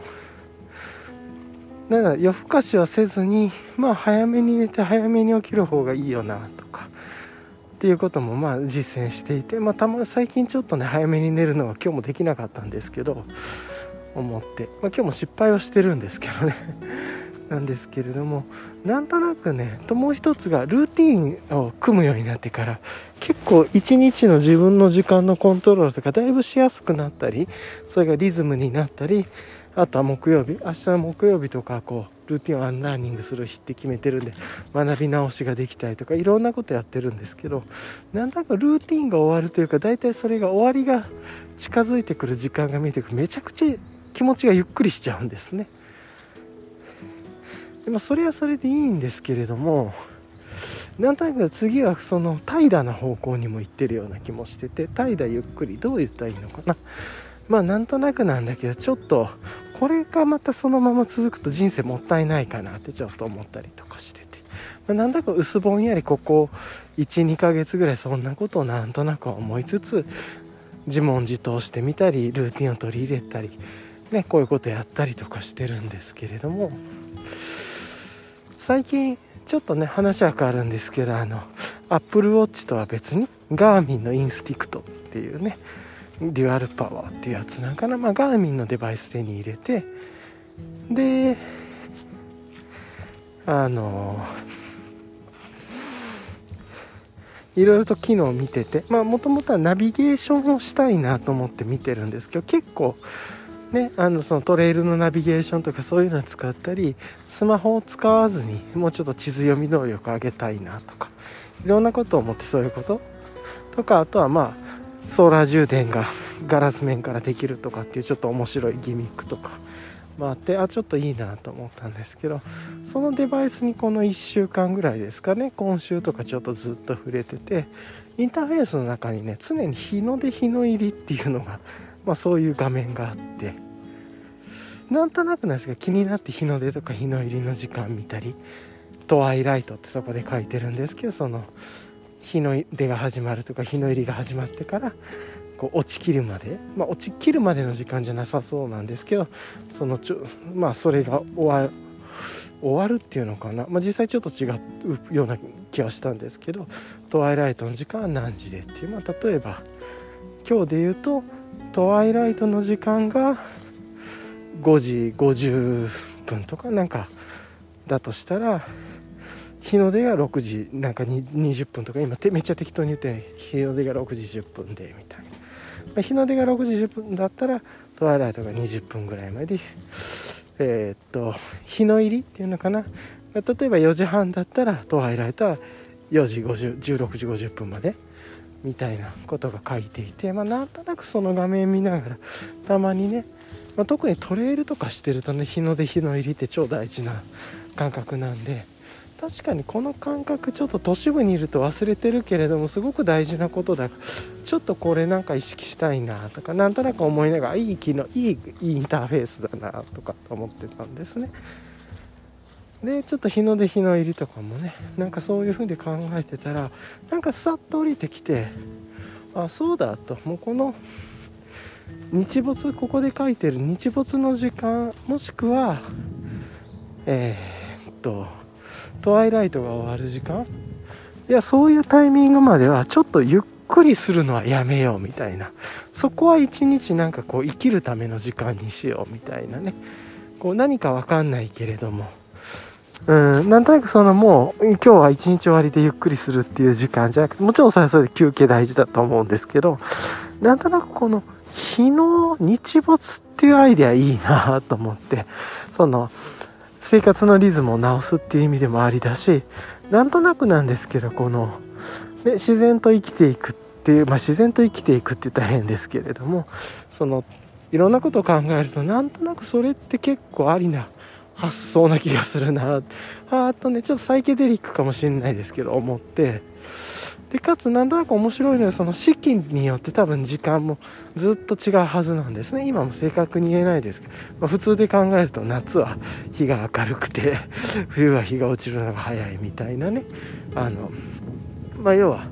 夜更かしはせずに、早めに寝て早めに起きる方がいいよなとかっていうことも実践していて、最近ちょっとね早めに寝るのは今日もできなかったんですけど思って、今日も失敗はしてるんですけどねなんですけれども、なんとなくねもう一つがルーティーンを組むようになってから結構一日の自分の時間のコントロールとかだいぶしやすくなったり、それがリズムになったり、あとは明日の木曜日とかルーティンをアンラーニングする日って決めてるんで学び直しができたりとかいろんなことやってるんですけど、なんだかルーティンが終わるというか、だいたいそれが終わりが近づいてくる時間が見えてくる、めちゃくちゃ気持ちがゆっくりしちゃうんですね。でもそれはそれでいいんですけれども、なんとなく次はその怠惰な方向にも行ってるような気もしてて、怠惰ゆっくりどう言ったらいいのかな、なんとなくなんだけど、ちょっとこれがまたそのまま続くと人生もったいないかなってちょっと思ったりとかしてて、なんだか薄ぼんやりここ 1,2 ヶ月ぐらいそんなことをなんとなく思いつつ自問自答してみたり、ルーティンを取り入れたりね、こういうことやったりとかしてるんですけれども、最近ちょっとね話は変わるんですけど、Apple Watch とは別にガーミンのインスティクトっていうねデュアルパワーっていうやつなんかな、ガーミンのデバイス手に入れて、でいろいろと機能を見てて、もともとはナビゲーションをしたいなと思って見てるんですけど、結構ね、そのトレイルのナビゲーションとかそういうのを使ったり、スマホを使わずにもうちょっと地図読み能力を上げたいなとか、いろんなことを思って、そういうこととか、あとはソーラー充電がガラス面からできるとかっていうちょっと面白いギミックとかあって、ちょっといいなと思ったんですけど、そのデバイスにこの1週間ぐらいですかね、今週とかちょっとずっと触れてて、インターフェースの中にね常に日の出日の入りっていうのがそういう画面があって、なんとなくなんですが気になって日の出とか日の入りの時間見たり、トワイライトってそこで書いてるんですけど、その日の出が始まるとか日の入りが始まってから落ちきるまで、落ちきるまでの時間じゃなさそうなんですけど、それが終わるっていうのかな、実際ちょっと違うような気はしたんですけど、トワイライトの時間は何時でっていう、例えば今日で言うとトワイライトの時間が5時50分とかなんかだとしたら、日の出が6時なんか20分とか、今めっちゃ適当に言って日の出が6時10分でみたいな、日の出が6時10分だったらトワイライトが20分ぐらいまで、日の入りっていうのかな、例えば4時半だったらトワイライトは16時50分までみたいなことが書いていて、なんとなくその画面見ながらたまにね、特にトレイルとかしてるとね、日の出日の入りって超大事な感覚なんで、確かにこの感覚ちょっと都市部にいると忘れてるけれどもすごく大事なことだから、ちょっとこれなんか意識したいなとかなんとなく思いながら、いいインターフェースだなとか思ってたんですね。でちょっと日の出日の入りとかもね、なんかそういう風に考えてたら、なんかさっと降りてきて、そうだと、もうこの日没、ここで書いてる日没の時間、もしくはトワイライトが終わる時間、そういうタイミングまではちょっとゆっくりするのはやめようみたいな、そこは一日なんか生きるための時間にしようみたいなね、何か分かんないけれども、なんとなくもう今日は一日終わりでゆっくりするっていう時間じゃなくて、もちろんそれはそれで休憩大事だと思うんですけど、なんとなくこの日の日没っていうアイデアいいなと思って、生活のリズムを直すっていう意味でもありだし、なんとなくなんですけど自然と生きていくっていう、自然と生きていくって言ったら変ですけれども、いろんなことを考えるとなんとなくそれって結構ありな発想な気がするなあとね、ちょっとサイケデリックかもしれないですけど思って、でかつなんとなく面白いのはその四季によって多分時間もずっと違うはずなんですね。今も正確に言えないですけど、普通で考えると夏は日が明るくて冬は日が落ちるのが早いみたいなね、要は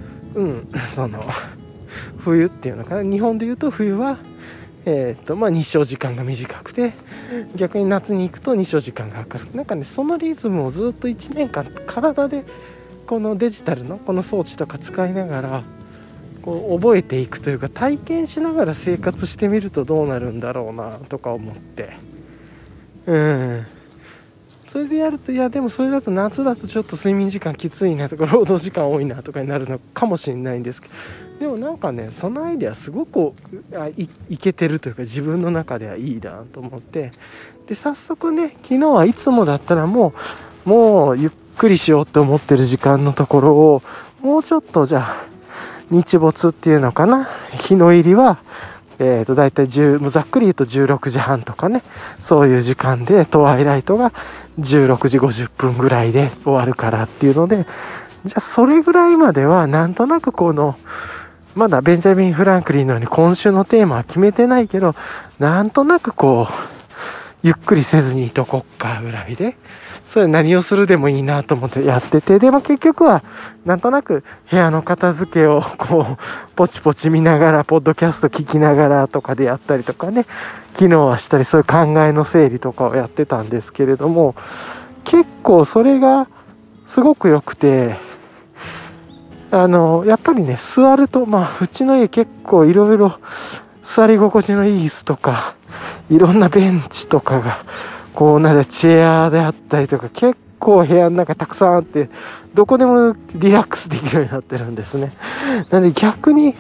冬っていうのかな、日本でいうと冬は日照時間が短くて、逆に夏に行くと日照時間が明るく、なんかねそのリズムをずっと1年間体でこのデジタルのこの装置とか使いながら覚えていくというか、体験しながら生活してみるとどうなるんだろうなとか思って、 それでやると、いやでもそれだと夏だとちょっと睡眠時間きついなとか労働時間多いなとかになるのかもしれないんですけど、でもなんかね、そのアイデアすごくいけてるというか、自分の中ではいいなと思って、で早速ね、昨日はいつもだったらもうゆっくりしようと思ってる時間のところを、もうちょっとじゃあ日没っていうのかな、日の入りはだいたいざっくり言うと16時半とかね、そういう時間で、トワイライトが16時50分ぐらいで終わるからっていうので、じゃあそれぐらいまではなんとなくまだベンジャミン・フランクリンのように今週のテーマは決めてないけど、なんとなくゆっくりせずにいとこっかぐらいで、それ何をするでもいいなと思ってやってて、でも結局はなんとなく部屋の片付けをポチポチ見ながら、ポッドキャスト聞きながらとかでやったりとかね、昨日はしたり、そういう考えの整理とかをやってたんですけれども、結構それがすごく良くて、やっぱりね、座ると、うちの家結構いろいろ座り心地のいい椅子とか、いろんなベンチとかがチェアであったりとか、結構部屋の中たくさんあって、どこでもリラックスできるようになってるんですね。なので逆に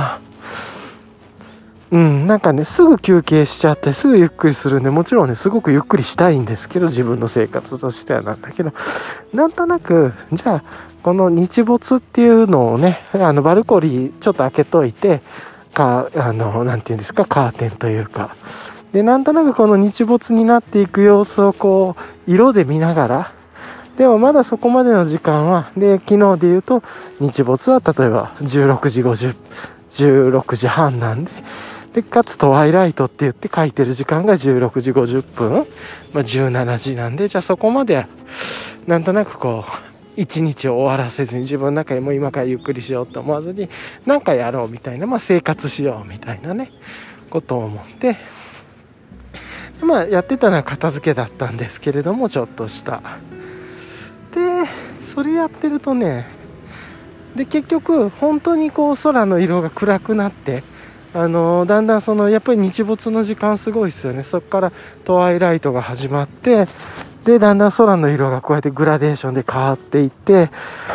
なんかね、すぐ休憩しちゃってすぐゆっくりするんで、もちろんねすごくゆっくりしたいんですけど、自分の生活としてはなんだけど、なんとなくじゃあこの日没っていうのをね、バルコニーちょっと開けといてなんていうんですか、カーテンというかで、なんとなくこの日没になっていく様子を色で見ながら、でもまだそこまでの時間は、で昨日で言うと日没は例えば16時50、16時半なんで、かつトワイライトって言って書いてる時間が16時50分、17時なんで、じゃあそこまでなんとなく一日を終わらせずに、自分の中でもう今からゆっくりしようと思わずに何かやろうみたいな、生活しようみたいなねことを思って、やってたのは片付けだったんですけれども、ちょっとしたで、それやってるとね、で結局本当に空の色が暗くなって、だんだんやっぱり日没の時間すごいですよね。そこからトワイライトが始まって、でだんだん空の色がこうやってグラデーションで変わっていって、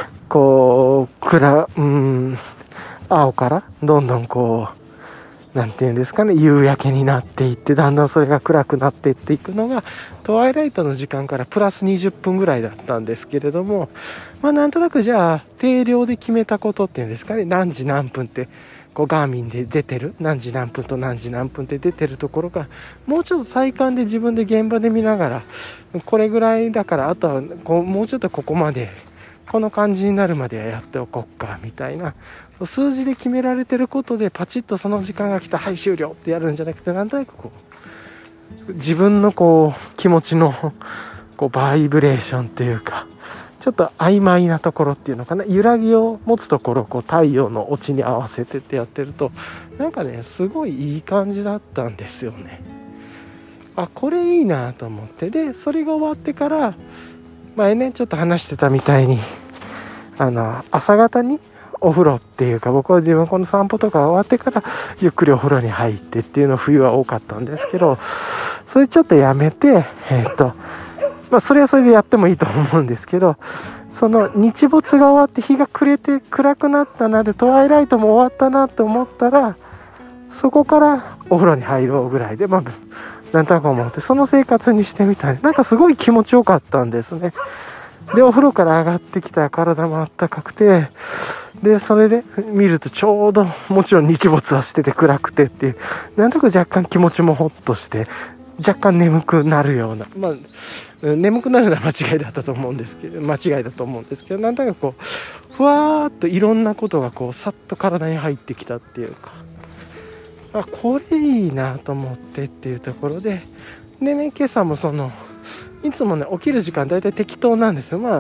青からどんどんなんていうんですかね、夕焼けになっていって、だんだんそれが暗くなっていっていくのがトワイライトの時間からプラス20分ぐらいだったんですけれども、なんとなくじゃあ定量で決めたことっていうんですかね、何時何分ってガーミンで出てる、何時何分と何時何分って出てるところが、もうちょっと体感で自分で現場で見ながら、これぐらいだから、あとはもうちょっとここまでこの感じになるまではやっておこっかみたいな、数字で決められてることでパチッとその時間が来た、はい終了ってやるんじゃなくて、なんとなく自分の気持ちのバイブレーションというか、ちょっと曖昧なところっていうのかな、揺らぎを持つところを太陽の落ちに合わせてってやってると、なんかねすごいいい感じだったんですよね。これいいなと思って、でそれが終わってから、前ねちょっと話してたみたいに朝方にお風呂っていうか、僕は自分この散歩とか終わってからゆっくりお風呂に入ってっていうの冬は多かったんですけど、それちょっとやめてそれはそれでやってもいいと思うんですけど、その日没が終わって日が暮れて暗くなったなで、トワイライトも終わったなと思ったら、そこからお風呂に入ろうぐらいで、なんとなく思って、その生活にしてみたり、なんかすごい気持ちよかったんですね。でお風呂から上がってきたら体もあったかくて、でそれで見るとちょうどもちろん日没はしてて暗くてっていう、なんとなく若干気持ちもホッとして若干眠くなるような、眠くなるのは間違いだと思うんですけど、なんとなくふわーっといろんなことがさっと体に入ってきたっていうか、これいいなと思ってっていうところで、ね今朝もいつもね起きる時間だいたい適当なんですよ。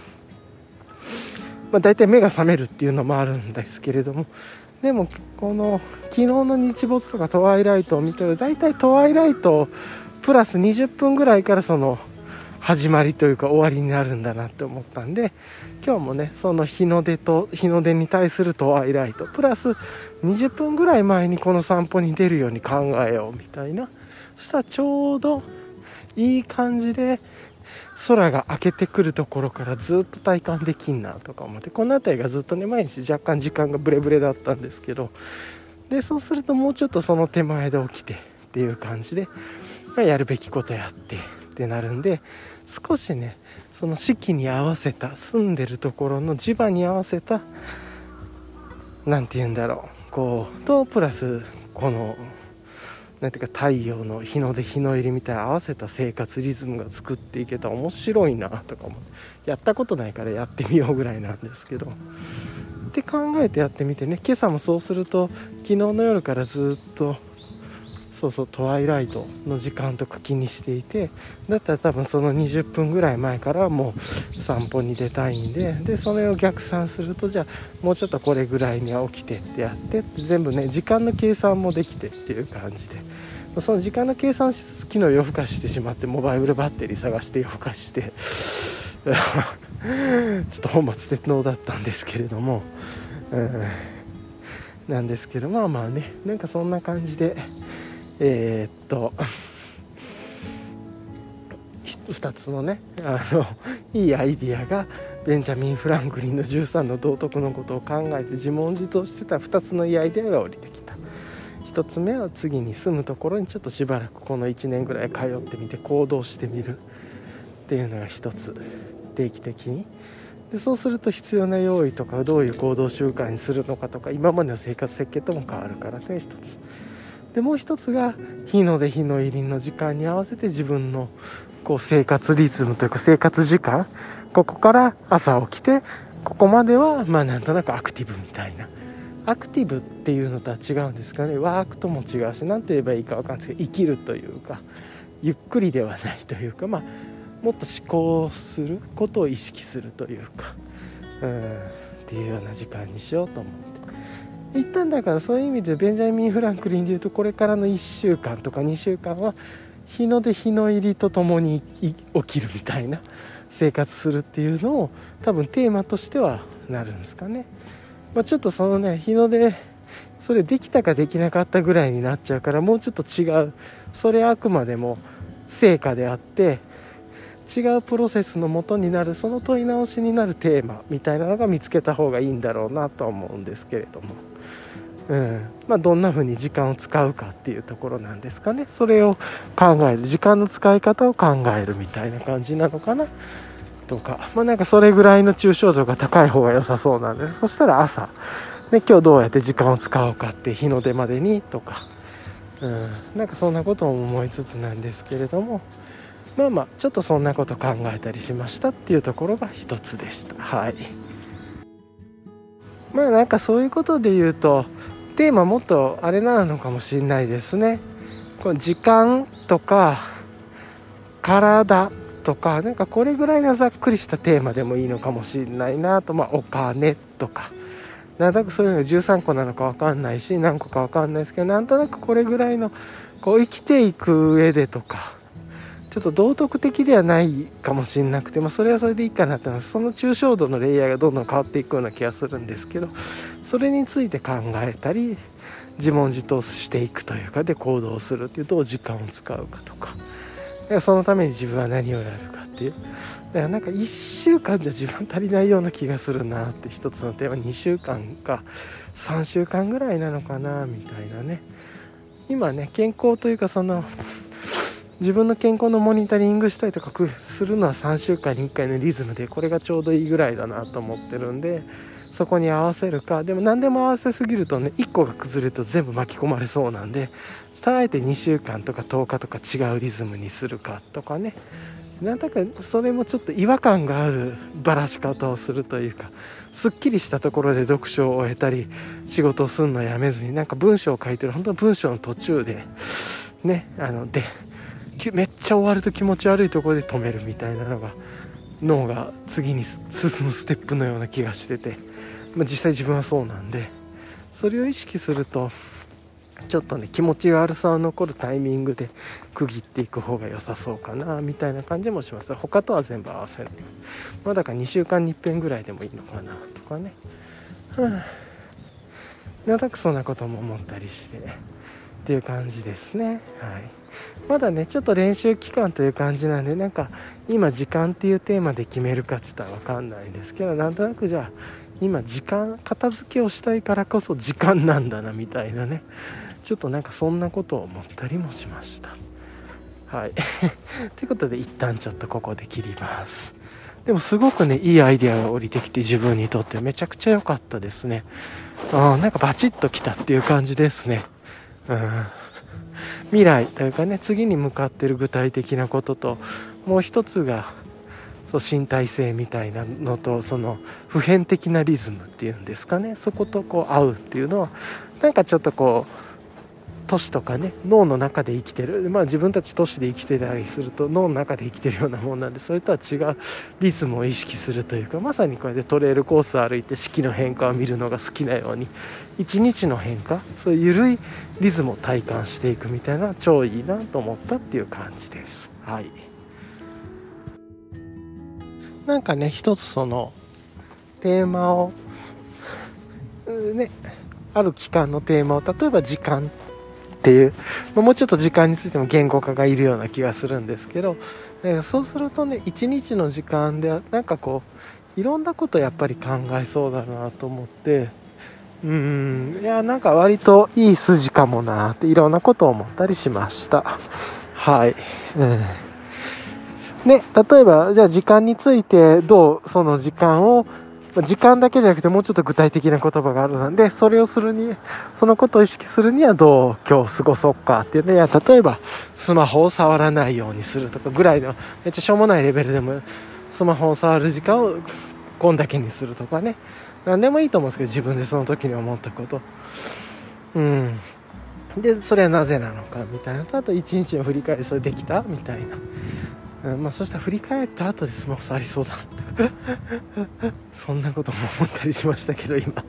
だいたい目が覚めるっていうのもあるんですけれども、でも昨日の日没とかトワイライトを見てると、だいたいトワイライトプラス20分ぐらいから始まりというか終わりになるんだなって思ったんで、今日もねその日の出に対するトワイライトプラス20分ぐらい前にこの散歩に出るように考えようみたいな、そしたらちょうどいい感じで空が明けてくるところからずっと体感できんなとか思って、この辺りがずっとね毎日若干時間がブレブレだったんですけど、でそうするともうちょっとその手前で起きてっていう感じで、やるべきことやってってなるんで、少しねその四季に合わせた、住んでるところの磁場に合わせた、なんて言うんだろう、こうとプラスこのなんていうか太陽の日の出日の入りみたいな合わせた生活リズムが作っていけたら面白いなとかも、やったことないからやってみようぐらいなんですけどって考えてやってみてね、今朝もそうすると昨日の夜からずっとトワイライトの時間とか気にしていて、だったら多分その20分ぐらい前からもう散歩に出たいんで、それを逆算すると、じゃあもうちょっとこれぐらいには起きてってやってって全部ね時間の計算もできてっていう感じで、その時間の計算機能夜更かししてしまって、モバイルバッテリー探して夜更かしてちょっと本末転倒だったんですけれども、なんですけどまあね、なんかそんな感じで2つのねいいアイディアがベンジャミン・フランクリンの13の道徳のことを考えて自問自答してた2つのいいアイディアが降りてきた。1つ目は次に住むところにちょっとしばらくこの1年ぐらい通ってみて行動してみるっていうのが1つ、定期的に。でそうすると必要な用意とかどういう行動習慣にするのかとか今までの生活設計とも変わるからという1つで、もう1つが日の出日の入りの時間に合わせて自分のこう生活リズムというか生活時間、ここから朝起きてここまではなんとなくアクティブみたいな、アクティブっていうのとは違うんですかね、ワークとも違うし、何て言えばいいか分かんないですけど、生きるというかゆっくりではないというか、もっと思考することを意識するというかっていうような時間にしようと思って一旦、だからそういう意味でベンジャミン・フランクリンでいうと、これからの1週間とか2週間は日の出日の入りとともに起きるみたいな生活するっていうのを多分テーマとしてはなるんですかね。ちょっとそのね日の出それできたかできなかったぐらいになっちゃうから、もうちょっと違う、それあくまでも成果であって違うプロセスの元になる、その問い直しになるテーマみたいなのが見つけた方がいいんだろうなとは思うんですけれども、どんな風に時間を使うかっていうところなんですかね。それを考える、時間の使い方を考えるみたいな感じなのかなとか、なんかそれぐらいの抽象度が高い方が良さそうなんで、そしたら朝、ね、今日どうやって時間を使おうかって日の出までにとか、なんかそんなことも思いつつなんですけれども、ちょっとそんなこと考えたりしましたっていうところが一つでした。はい。なんかそういうことで言うとテーマもっとあれなのかもしれないですね。この時間とか体とか、なんかこれぐらいがざっくりしたテーマでもいいのかもしれないなと。お金とかなんとなくそういうのが13個なのか分かんないし何個か分かんないですけど、なんとなくこれぐらいのこう生きていく上でとか、ちょっと道徳的ではないかもしれなくて、それはそれでいいかなって、その抽象度のレイヤーがどんどん変わっていくような気がするんですけど、それについて考えたり自問自答していくというかで行動するっていう、どう時間を使うかとか、そのために自分は何をやるかっていう、だからなんか1週間じゃ自分足りないような気がするなって、一つのテーマ2週間か3週間ぐらいなのかなみたいなね。今ね健康というか自分の健康のモニタリングしたりとかするのは3週間に1回のリズムで、これがちょうどいいぐらいだなと思ってるんで、そこに合わせるか、でも何でも合わせすぎるとね1個が崩れると全部巻き込まれそうなんで、あえて2週間とか10日とか違うリズムにするかとかね、なんだかそれもちょっと違和感があるばらし方をするというか、すっきりしたところで読書を終えたり仕事をするのをやめずに、なんか文章を書いてる本当に文章の途中でねめっちゃ終わると気持ち悪いところで止めるみたいなのが脳が次に進むステップのような気がしてて、実際自分はそうなんで、それを意識するとちょっとね気持ち悪さを残るタイミングで区切っていく方が良さそうかなみたいな感じもします。他とは全部合わせる、だから2週間に一遍ぐらいでもいいのかなとかね、なんとなくそんなことも思ったりして、 っていう感じですね。はい、まだねちょっと練習期間という感じなんで、なんか今時間っていうテーマで決めるかって言ったら分かんないんですけど、なんとなくじゃあ今時間片付けをしたいからこそ時間なんだなみたいなね、ちょっとなんかそんなことを思ったりもしました。はいということで一旦ちょっとここで切ります。でもすごくねいいアイデアが降りてきて、自分にとってめちゃくちゃ良かったですね。なんかバチッときたっていう感じですね。未来というかね、次に向かってる具体的なことと、もう一つがそう身体性みたいなのと、その普遍的なリズムっていうんですかね、そことこう合うっていうのはなんかちょっとこう都市とかね脳の中で生きてる、自分たち都市で生きてたりすると脳の中で生きてるようなもんなんで、それとは違うリズムを意識するというか、まさにこれでトレイルコースを歩いて四季の変化を見るのが好きなように、一日の変化、そういう緩いリズムを体感していくみたいな超いいなと思ったっていう感じです。はい、なんかね一つそのテーマをね、ある期間のテーマを例えば時間っていう、もうちょっと時間についても言語化がいるような気がするんですけど、そうするとね一日の時間でなんかこういろんなことやっぱり考えそうだなと思って、いやなんか割といい筋かもなっていろんなことを思ったりしました。はい、ね、例えばじゃあ時間についてどうその時間を時間だけじゃなくてもうちょっと具体的な言葉があるので、それをするにそのことを意識するにはどう今日過ごそうかっていうね、例えばスマホを触らないようにするとかぐらいのめっちゃしょうもないレベルでもスマホを触る時間をこんだけにするとかね、何でもいいと思うんですけど、自分でその時に思ったことでそれはなぜなのかみたいなと、あと一日の振り返りそれできたみたいな、そしたら振り返った後でスマホ触りそうだそんなことも思ったりしましたけど今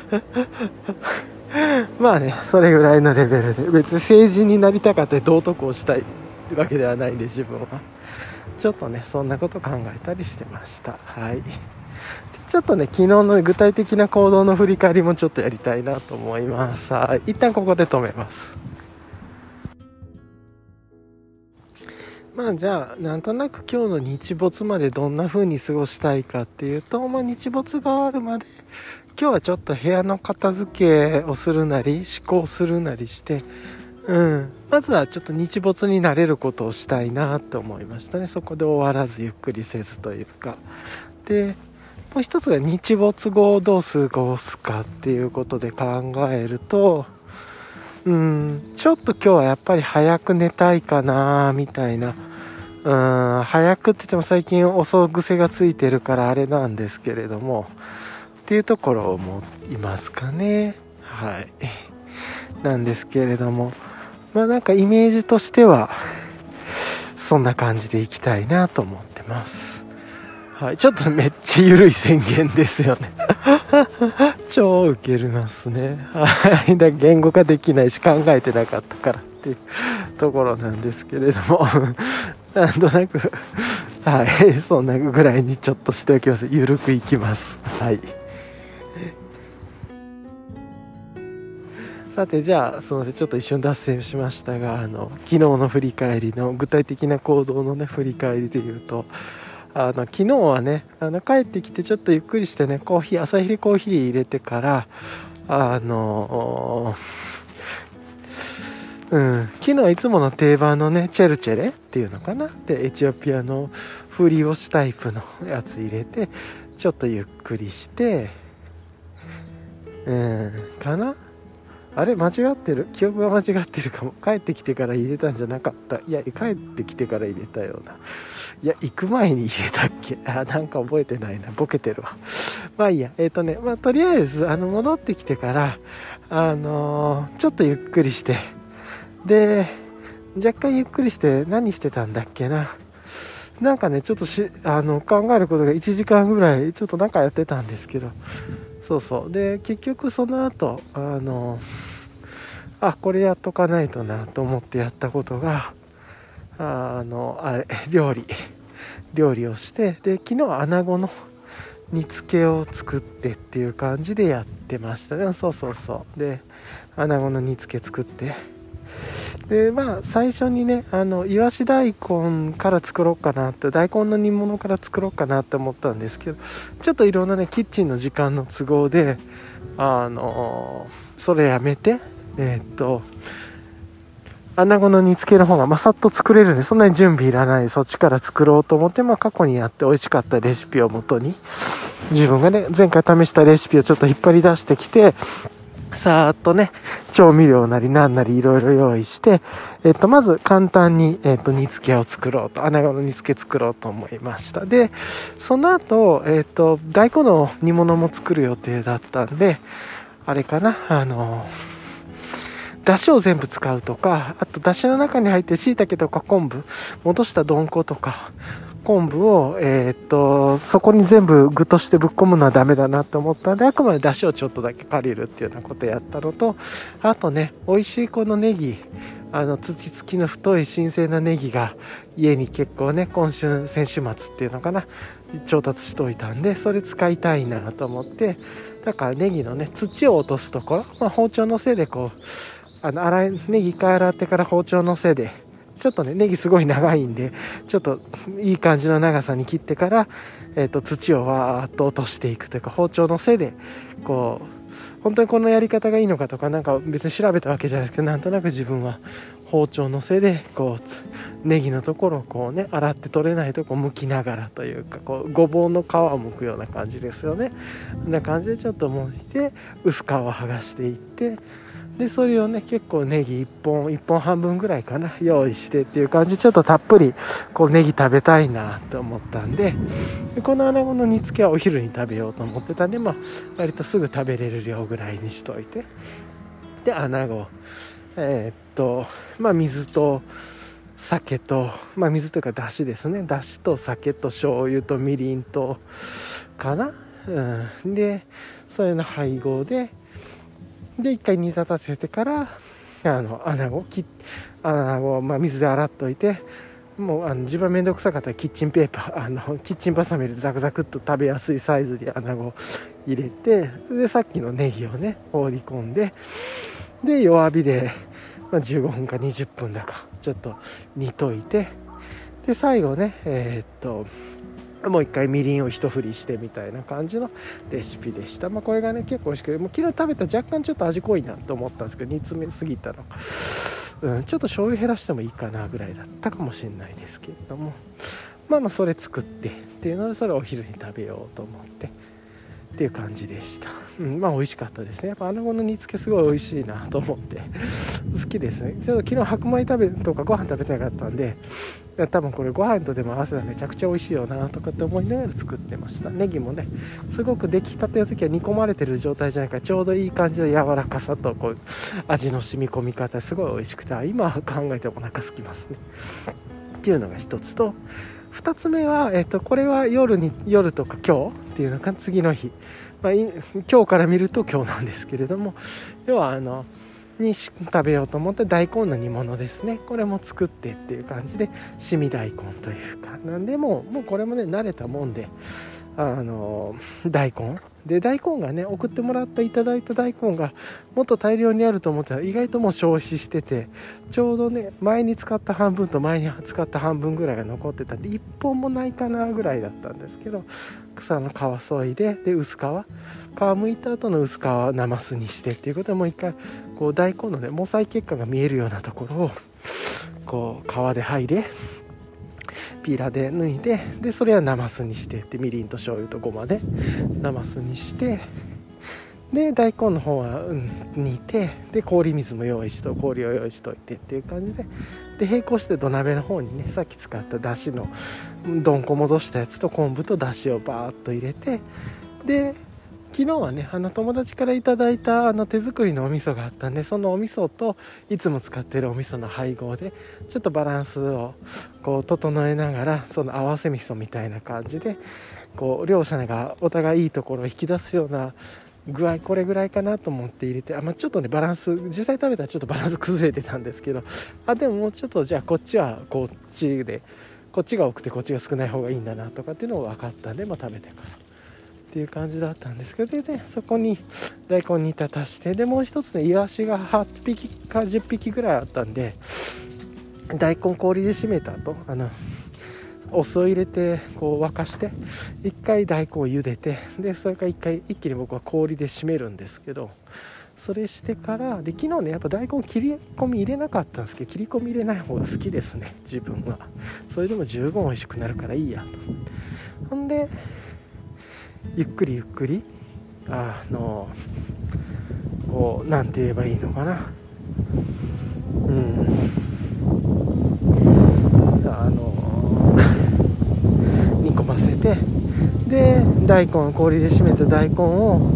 まあねそれぐらいのレベルで、別に政治になりたかったり道徳をしたいってわけではないんで、自分はちょっとねそんなこと考えたりしてました。はい、ちょっとね昨日の具体的な行動の振り返りもちょっとやりたいなと思います。はい、一旦ここで止めます。じゃあなんとなく今日の日没までどんな風に過ごしたいかっていうと、日没が終わるまで今日はちょっと部屋の片付けをするなり思考するなりして、まずはちょっと日没になれることをしたいなと思いましたね。そこで終わらずゆっくりせずというかで、もう一つが日没後をどう過ごすかっていうことで考えると、ちょっと今日はやっぱり早く寝たいかなみたいな、早くって言っても最近遅癖がついてるからあれなんですけれどもっていうところを思いますかね。はいなんですけれども、なんかイメージとしてはそんな感じでいきたいなと思ってます。はい、ちょっとめっちゃ緩い宣言ですよね超ウケますね。はい、だ言語化できないし考えてなかったからっていうところなんですけれどもなんとなくはいそんなぐらいにちょっとしておきます。緩くいきます。はい、さてじゃあすみませんちょっと一瞬脱線しましたが、昨日の振り返りの具体的な行動のね振り返りで言うと、昨日はね帰ってきてちょっとゆっくりしてね朝入りコーヒー入れてから昨日はいつもの定番のねチェルチェレっていうのかなでエチオピアのフリーウォッシュタイプのやつ入れてちょっとゆっくりしてかな、あれ間違ってる、記憶が間違ってるかも。帰ってきてから入れたんじゃなかった。いや帰ってきてから入れたような、いや行く前に入れたっけ、なんか覚えてないな、ボケてるわ。いいやとりあえず戻ってきてからちょっとゆっくりしてで若干ゆっくりして何してたんだっけな、なんかねちょっと考えることが1時間ぐらいちょっとなんかやってたんですけど、そうで結局その後これやっとかないとなと思ってやったことが料理をして、で昨日は穴子の煮付けを作ってっていう感じでやってましたね。そうで穴子の煮付け作ってで最初にねいわし大根から作ろうかなって、大根の煮物から作ろうかなって思ったんですけど、ちょっといろんなねキッチンの時間の都合でそれやめて穴子の煮付けの方がさっと作れるんで、そんなに準備いらない、そっちから作ろうと思って、過去にやって美味しかったレシピをもとに、自分がね前回試したレシピをちょっと引っ張り出してきて、さーっとね調味料なりなんなりいろいろ用意して、まず簡単に、煮付けを作ろうと、穴子の煮付け作ろうと思いました。でその後、大根の煮物も作る予定だったんで、あれかなだしを全部使うとか、あとだしの中に入って椎茸とか昆布、戻したどんことか昆布を、そこに全部具としてぶっ込むのはダメだなと思ったので、あくまでだしをちょっとだけ借りるっていうようなことをやったのと、あとね美味しいこのネギ、土付きの太い新鮮なネギが家に結構ね先週末っていうのかな調達しといたんで、それ使いたいなと思って、だからネギのね土を落とすところ、包丁の背でこうネギ一回洗ってから包丁の背でちょっとねネギすごい長いんで、ちょっといい感じの長さに切ってから、土をわーっと落としていくというか、包丁の背でこう本当にこのやり方がいいのかとか、なんか別に調べたわけじゃないですけど、なんとなく自分は包丁の背でこうネギのところをこうね洗って取れないとこ剥きながらというか、こうごぼうの皮を剥くような感じですよね。こんな感じでちょっと剥いて薄皮を剥がしていって、でそれをね結構ネギ1本半分ぐらいかな用意してっていう感じ、ちょっとたっぷりこうネギ食べたいなと思ったんで、この穴子の煮付けはお昼に食べようと思ってたんで、割とすぐ食べれる量ぐらいにしといて、で穴子水と酒と、水というかだしですね、だしと酒と醤油とみりんとかな、でそれの配合で一回煮立たせてから穴子を水で洗っといて、もう自分は面倒くさかったらキッチンペーパーキッチンバサミでザクザクっと食べやすいサイズで穴子を入れて、でさっきのネギをね放り込んで、で弱火で、15分か20分だかちょっと煮といて、で最後ねもう一回みりんを一振りしてみたいな感じのレシピでした。これがね結構美味しくて、昨日食べた若干ちょっと味濃いなと思ったんですけど、煮詰めすぎたのか、ちょっと醤油減らしてもいいかなぐらいだったかもしれないですけれども、それ作ってっていうので、それをお昼に食べようと思ってっていう感じでした。美味しかったですね。やっぱ穴子の煮付けすごい美味しいなと思って好きですね。ちょっと昨日白米とかご飯食べてなかったんで、多分これご飯とでも合わせたらめちゃくちゃ美味しいよなとかって思いながら作ってました。ネギもねすごく出来たての時は煮込まれてる状態じゃないから、ちょうどいい感じの柔らかさとこう味の染み込み方すごい美味しくて、今考えてもお腹空きますねっていうのが一つと、2つ目は、これは夜とか今日っていうのか次の日、今日から見ると今日なんですけれども、要は食べようと思って大根の煮物ですね、これも作ってっていう感じで、凍み大根というかなんで、もうこれもね慣れたもんで、大根がね送ってもらったいただいた大根がもっと大量にあると思ったら、意外ともう消費してて、ちょうどね前に使った半分と前に使った半分ぐらいが残ってたんで、1本もないかなぐらいだったんですけど、草の皮削いで、薄皮むいた後の薄皮をなますにしてっていうことで、もう一回こう大根のね毛細血管が見えるようなところをこう皮で剥いでピーラーで抜いて、でそれはなますにしてって、みりんと醤油とごまでなますにして、で大根の方は煮て、で氷水も用意して氷を用意しといてっていう感じで、並行して土鍋の方にねさっき使っただしのどんこ戻したやつと昆布とだしをバーッと入れて、で昨日はね友達からいただいた手作りのお味噌があったんで、そのお味噌といつも使ってるお味噌の配合でちょっとバランスをこう整えながら、その合わせ味噌みたいな感じでこう両者がお互いいいところを引き出すような具合、これぐらいかなと思って入れて、ちょっとねバランス実際食べたらちょっとバランス崩れてたんですけど、でももうちょっとじゃあこっちはこっちで、こっちが多くてこっちが少ない方がいいんだなとかっていうのが分かったんで、食べてからっていう感じだったんですけど、でね、そこに大根煮立たして、でもう一つね、イワシが8匹か10匹ぐらいあったんで、大根氷で締めた後、お酢を入れてこう沸かして一回大根を茹でて、でそれから一気に僕は氷で締めるんですけど、それしてからで、昨日ねやっぱ大根切り込み入れなかったんですけど、切り込み入れない方が好きですね、自分は。それでも十分美味しくなるからいいやと。ほんでゆっくりこうなんて言えばいいのかな、煮込ませて、で氷で締めた大根を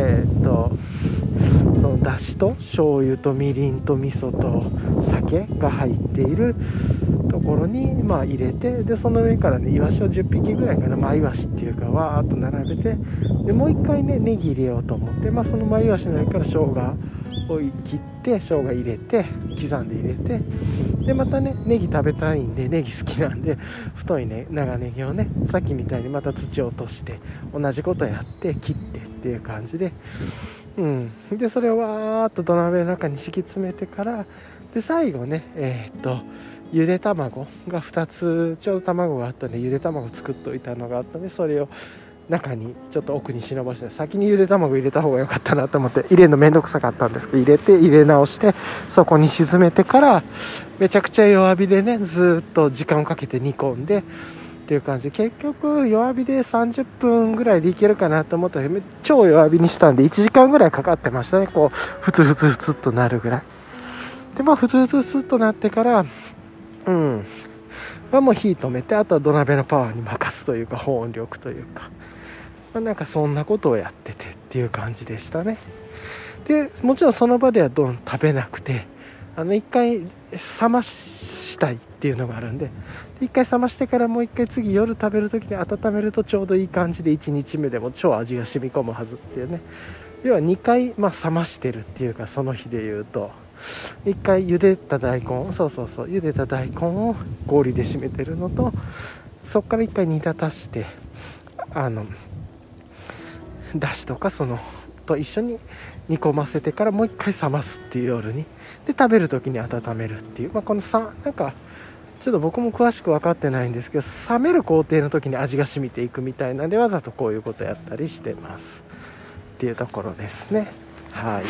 そのだしと醤油とみりんと味噌と酒が入っているところに入れて、でその上からねイワシを10匹ぐらいかな、イワシっていうかわーっと並べて、でもう一回ねネギ入れようと思って、そのイワシの上から生姜を切って生姜入れて刻んで入れて、でまたねネギ食べたいんで、ネギ好きなんで太いね長ネギをねさっきみたいにまた土を落として同じことやって切ってっていう感じで、でそれをわーっと土鍋の中に敷き詰めてから、で最後ねゆで卵が2つちょうど卵があったんで、ゆで卵作っといたのがあったんで、それを中にちょっと奥に忍ばして、先にゆで卵入れた方が良かったなと思って入れるのめんどくさかったんですけど、入れ直してそこに沈めてから、めちゃくちゃ弱火でねずっと時間をかけて煮込んでっていう感じで、結局弱火で30分ぐらいでいけるかなと思ったら超弱火にしたんで1時間ぐらいかかってましたね。こうふつっとなるぐらいで、ふつっとなってからもう火止めて、あとは土鍋のパワーに任すというか保温力というか、なんかそんなことをやっててっていう感じでしたね。でもちろんその場では食べなくて、一回冷ましたいっていうのがあるんで、一回冷ましてからもう一回次夜食べる時に温めるとちょうどいい感じで1日目でも超味が染み込むはずっていうね。要は2回冷ましてるっていうか、その日で言うと1回茹でた大根を氷で締めてるのと、そこから1回煮立たしてだしとかと一緒に煮込ませてからもう1回冷ますっていう夜に、で食べる時に温めるっていう、このなんかちょっと僕も詳しく分かってないんですけど、冷める工程の時に味が染みていくみたいなんで、わざとこういうことやったりしてますっていうところですね。はい。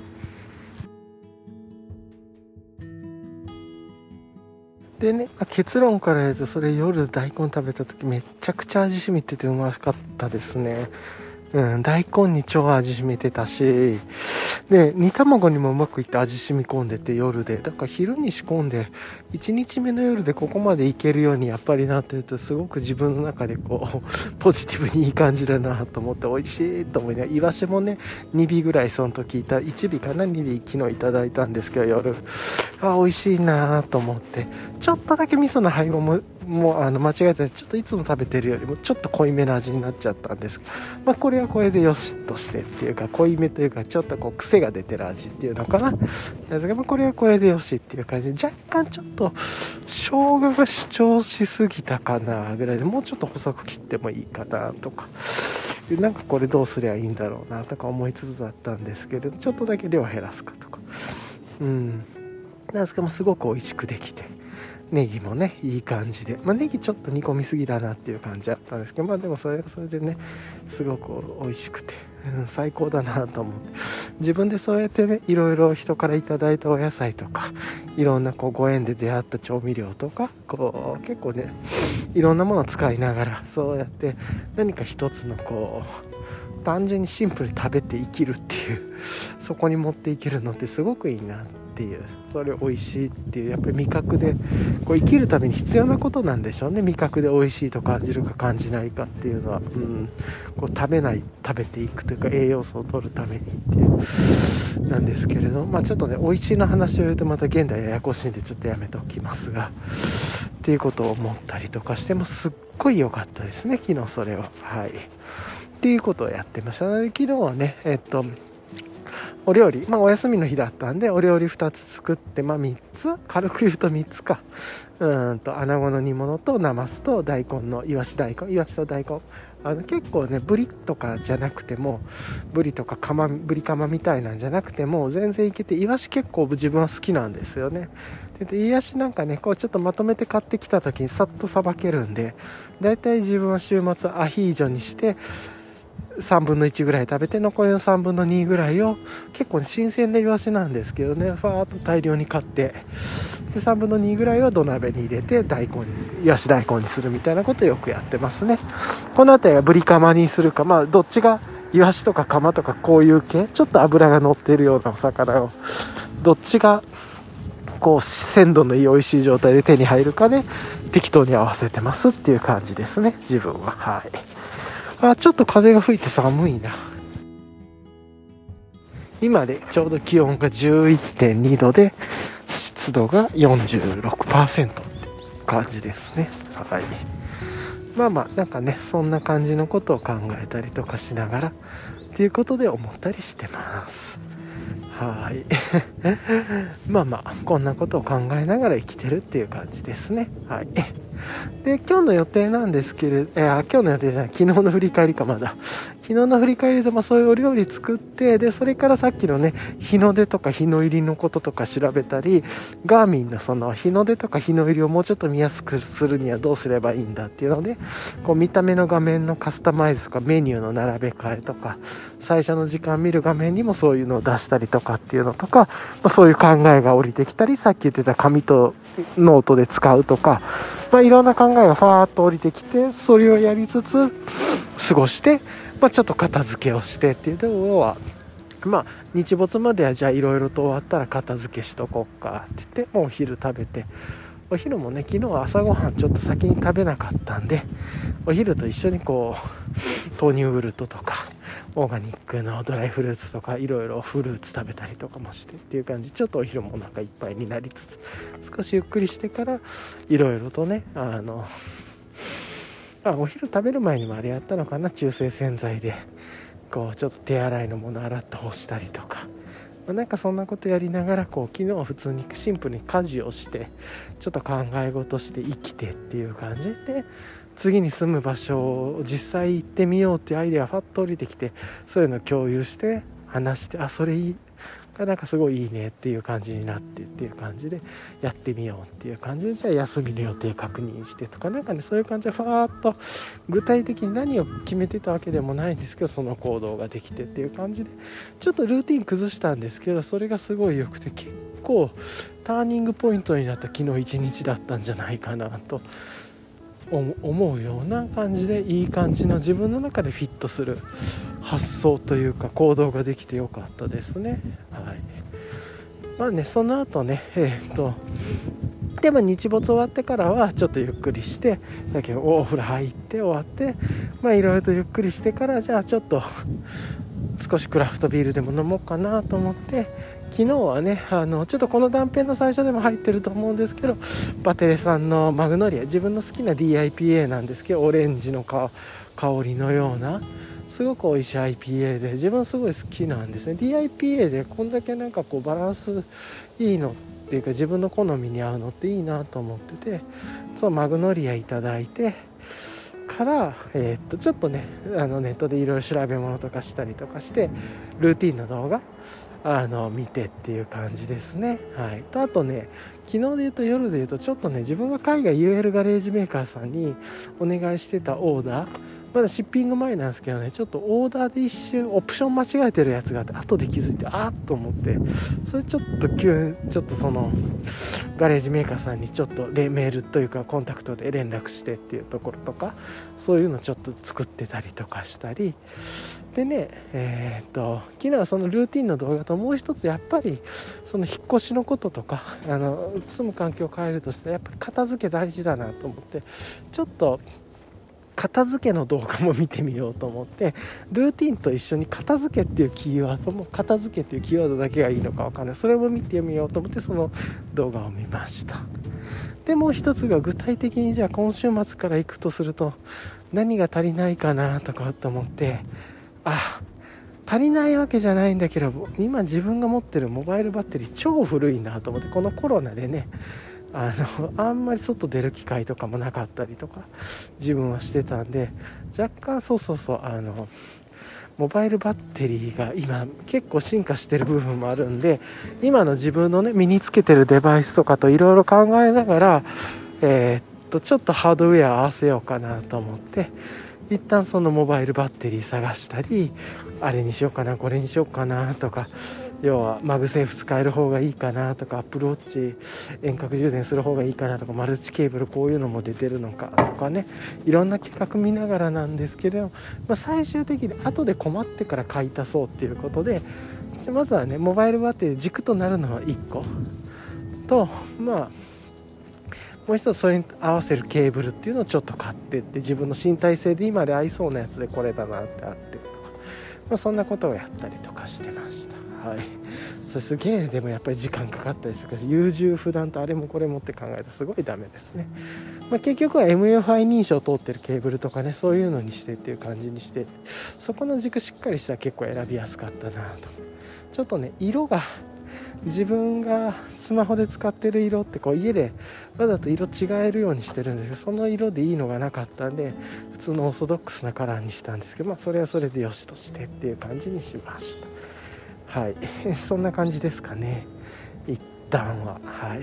でね、結論から言うと、それ夜大根食べた時めっちゃくちゃ味染みててうまかったですね。大根に超味染みてたし、で煮卵にもうまくいって味染み込んでて、夜でだから昼に仕込んで1日目の夜でここまでいけるようにやっぱりなってると、すごく自分の中でこうポジティブにいい感じだなと思って、美味しいと思いながら、イワシもね2尾ぐらいその時1尾かな2尾昨日いただいたんですけど、夜美味しいなと思って、ちょっとだけ味噌の配合も間違えて、ちょっといつも食べてるよりもちょっと濃いめの味になっちゃったんですけど、これはこれでよしとしてっていうか、濃いめというかちょっとこう癖が出てる味っていうのかな、これはこれでよしっていう感じで、若干ちょっと生姜が主張しすぎたかなぐらいで、もうちょっと細く切ってもいいかなとか、なんかこれどうすりゃいいんだろうなとか思いつつだったんですけど、ちょっとだけ量減らすかとか、なんですけどもすごく美味しくできて、ネギもねいい感じで、ネギちょっと煮込みすぎだなっていう感じだったんですけど、でもそれでねすごく美味しくて、最高だなと思って、自分でそうやってねいろいろ人からいただいたお野菜とか、いろんなご縁で出会った調味料とか、結構ねいろんなものを使いながら、そうやって何か一つの単純にシンプルに食べて生きるっていう、そこに持っていけるのってすごくいいなっていう、それ美味しいっていう、やっぱり味覚で生きるために必要なことなんでしょうね。味覚で美味しいと感じるか感じないかっていうのは、食べていくというか、栄養素を取るためにっていうなんですけれど、ちょっとね美味しいの話を言うとまた現代ややこしいんでちょっとやめておきますが、っていうことを思ったりとかしても、すっごい良かったですね昨日それは。っていうことをやってました。昨日はねお料理、お休みの日だったんでお料理2つ作って、3つ、軽く言うと3つか、穴子の煮物とナマスと大根のイワシと大根、結構ねブリとかじゃなくても、ブリとかブリカマみたいなんじゃなくても全然いけて、イワシ結構自分は好きなんですよね。でイワシなんかね、こうちょっとまとめて買ってきた時にさっとさばけるんで、だいたい自分は週末アヒージョにして3分の1ぐらい食べて、残りの3分の2ぐらいを、結構、ね、新鮮なイワシなんですけどね、ファーっと大量に買って、で3分の2ぐらいは土鍋に入れてイワシ大根にするみたいなことをよくやってますね。この辺りはブリカマにするか、どっちがイワシとかカマとかこういう系、ちょっと脂が乗ってるようなお魚をどっちがこう鮮度のいい美味しい状態で手に入るかで適当に合わせてますっていう感じですね、自分は。はい。ちょっと風が吹いて寒いな。今でちょうど気温が 11.2 度で湿度が 46% って感じですね。はい。なんかね、そんな感じのことを考えたりとかしながらっていうことで思ったりしてます。はいこんなことを考えながら生きてるっていう感じですね。はい。で今日の予定なんですけれど、今日の予定じゃない、昨日の振り返りか。昨日の振り返りでもそういうお料理作って、でそれからさっきのね、日の出とか日の入りのこととか調べたり、ガーミンのその日の出とか日の入りをもうちょっと見やすくするにはどうすればいいんだっていうので、こう見た目の画面のカスタマイズとかメニューの並べ替えとか、最初の時間見る画面にもそういうのを出したりとかっていうのとか、そういう考えが降りてきたり、さっき言ってた紙とノートで使うとか、いろんな考えがファーッと降りてきて、それをやりつつ過ごして、ちょっと片付けをしてっていうところは、日没まではじゃあいろいろと終わったら片付けしとこうかって言って、もうお昼食べて、お昼もね、昨日は朝ごはんちょっと先に食べなかったんで、お昼と一緒にこう豆乳ウルトとかオーガニックのドライフルーツとかいろいろフルーツ食べたりとかもしてっていう感じ、ちょっとお昼もお腹いっぱいになりつつ、少しゆっくりしてからいろいろとね、お昼食べる前にもあれやったのかな、中性洗剤でこうちょっと手洗いのもの洗って干したりとか、なんかそんなことやりながら、こう昨日は普通にシンプルに家事をしてちょっと考え事して生きてっていう感じで、次に住む場所を実際行ってみようっていうアイデアがファッと降りてきて、そういうのを共有して話して、それいい、なんかすごいいいねっていう感じになってっていう感じでやってみようっていう感じで、じゃあ休みの予定確認してとか、なんかね、そういう感じでファーッと具体的に何を決めてたわけでもないんですけど、その行動ができてっていう感じで、ちょっとルーティン崩したんですけど、それがすごい良くて、結構ターニングポイントになった昨日一日だったんじゃないかなと思うような感じで、いい感じの自分の中でフィットする発想というか行動ができてよかったですね。はい。その後ね、でも日没終わってからはちょっとゆっくりして、だけどお風呂入って終わって、いろいろとゆっくりしてから、じゃあちょっと少しクラフトビールでも飲もうかなと思って、昨日はね、ちょっとこの断片の最初でも入ってると思うんですけど、バテレさんのマグノリア、自分の好きな DIPA なんですけど、オレンジの香りのようなすごく美味しい IPA で、自分すごい好きなんですね。 DIPA でこんだけなんかこうバランスいいのっていうか、自分の好みに合うのっていいなと思ってて、そのマグノリアいただいてから、ちょっとね、ネットでいろいろ調べ物とかしたりとかして、ルーティンの動画見てっていう感じですね。はい。とあとね、昨日で言うと夜で言うと、ちょっとね、自分が海外 UL ガレージメーカーさんにお願いしてたオーダー、まだシッピング前なんですけどね、ちょっとオーダーで一瞬オプション間違えてるやつがあって、後で気づいてと思って、それちょっとそのガレージメーカーさんにちょっとメールというかコンタクトで連絡してっていうところとか、そういうのちょっと作ってたりとかしたりでね、昨日はそのルーティンの動画と、もう一つやっぱりその引っ越しのこととか、住む環境を変えるとしてやっぱり片付け大事だなと思って、ちょっと片付けの動画も見てみようと思って、ルーティンと一緒に片付けっていうキーワードも、片付けっていうキーワードだけがいいのか分かんない、それも見てみようと思って、その動画を見ました。でもう一つが、具体的にじゃあ今週末から行くとすると何が足りないかなとかと思って、 足りないわけじゃないんだけど、今自分が持ってるモバイルバッテリー超古いなと思って、このコロナでねあんまり外出る機会とかもなかったりとか自分はしてたんで、若干モバイルバッテリーが今結構進化してる部分もあるんで、今の自分のね身につけてるデバイスとかといろいろ考えながらちょっとハードウェア合わせようかなと思って、一旦そのモバイルバッテリー探したり、あれにしようかなこれにしようかなとか、要はマグセーフ使える方がいいかなとか、アップルウォッチ遠隔充電する方がいいかなとか、マルチケーブルこういうのも出てるのかとかね、いろんな企画見ながらなんですけれど、最終的に後で困ってから買い足そうっていうことで、まずはねモバイルバッテリー軸となるのは1個と、もう一つそれに合わせるケーブルっていうのをちょっと買ってって、自分の身体性で今で合いそうなやつでこれだなってあってとか、そんなことをやったりとかしてました。はい、それすげえでもやっぱり時間かかったりするから、優柔不断とあれもこれもって考えるとすごいダメですね。結局は MFI 認証を通ってるケーブルとかね、そういうのにしてっていう感じにして、そこの軸しっかりしたら結構選びやすかったなと。ちょっとね色が自分がスマホで使ってる色ってこう家でわざと色違えるようにしてるんですけど、その色でいいのがなかったんで普通のオーソドックスなカラーにしたんですけど、それはそれでよしとしてっていう感じにしました。はい、そんな感じですかね一旦は。はい、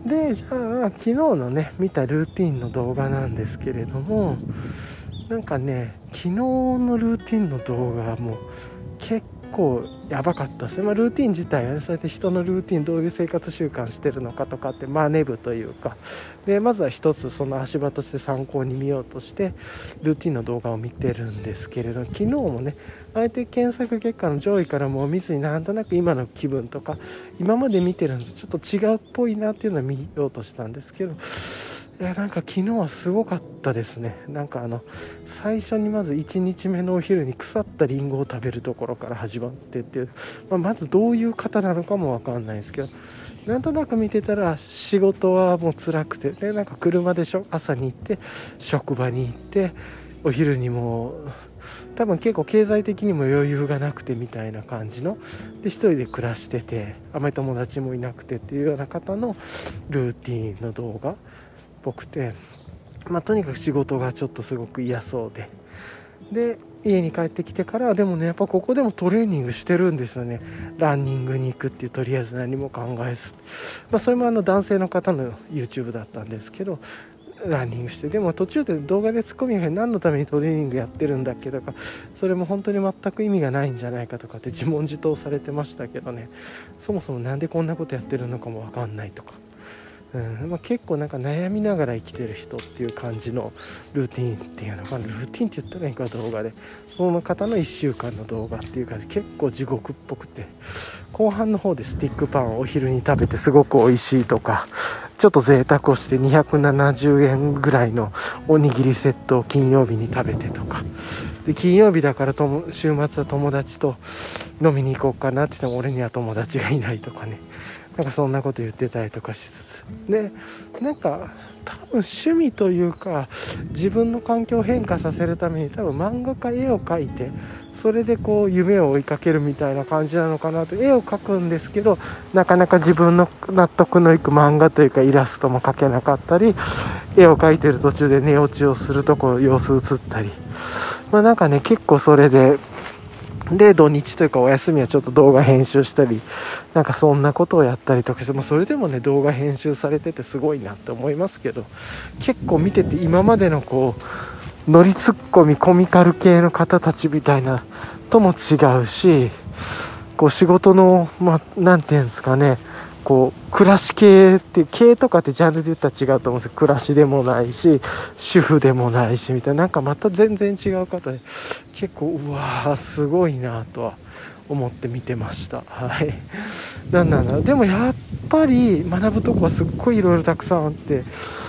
でじゃあ昨日のね見たルーティンの動画なんですけれども、なんかね昨日のルーティンの動画はもう結構やばかったですね。ルーティン自体はね、そうやって人のルーティンどういう生活習慣してるのかとかって真似部というかで、まずは一つその足場として参考に見ようとしてルーティンの動画を見てるんですけれど、昨日もねあえて検索結果の上位からも見ずに、なんとなく今の気分とか今まで見てるのとちょっと違うっぽいなっていうのを見ようとしたんですけど、なんか昨日はすごかったですね。なんか最初にまず1日目のお昼に腐ったリンゴを食べるところから始まってっていう、まずどういう方なのかも分かんないですけど、なんとなく見てたら仕事はもう辛くて、でなんか車で朝に行って職場に行ってお昼にも多分結構経済的にも余裕がなくてみたいな感じので、一人で暮らしててあまり友達もいなくてっていうような方のルーティンの動画っぽくて、とにかく仕事がちょっとすごく嫌そうで家に帰ってきてからでもねやっぱここでもトレーニングしてるんですよね。ランニングに行くっていう、とりあえず何も考えず、それも男性の方の YouTube だったんですけど、ランニングして、でも途中で動画でツッコミが何のためにトレーニングやってるんだっけとか、それも本当に全く意味がないんじゃないかとかって自問自答されてましたけどね、そもそもなんでこんなことやってるのかも分かんないとか、結構なんか悩みながら生きてる人っていう感じのルーティンっていうのかな、ルーティンって言ったらいいか動画で、その方の1週間の動画っていう感じ、結構地獄っぽくて、後半の方でスティックパンをお昼に食べてすごく美味しいとか、ちょっと贅沢をして270円ぐらいのおにぎりセットを金曜日に食べてとかで、金曜日だから週末は友達と飲みに行こうかなって言っても俺には友達がいないとかね、なんかそんなこと言ってたりとかしつつで、なんか多分趣味というか自分の環境を変化させるために多分漫画か絵を描いて、それでこう夢を追いかけるみたいな感じなのかなと。絵を描くんですけどなかなか自分の納得のいく漫画というかイラストも描けなかったり、絵を描いてる途中で寝落ちをするとこ様子映ったり、なんかね結構それで土日というかお休みはちょっと動画編集したり、なんかそんなことをやったりとかして、それでもね動画編集されててすごいなって思いますけど、結構見てて今までのこうノリツッコミコミカル系の方たちみたいなとも違うし、こう仕事のなんていうんですかね、こう暮らし系って系とかってジャンルで言ったら違うと思うんですよ。暮らしでもないし主婦でもないしみたいな、なんかまた全然違う方で結構うわーすごいなとは思って見てました。はい、なんだろう、でもやっぱり学ぶとこはすっごいいろいろたくさんあって、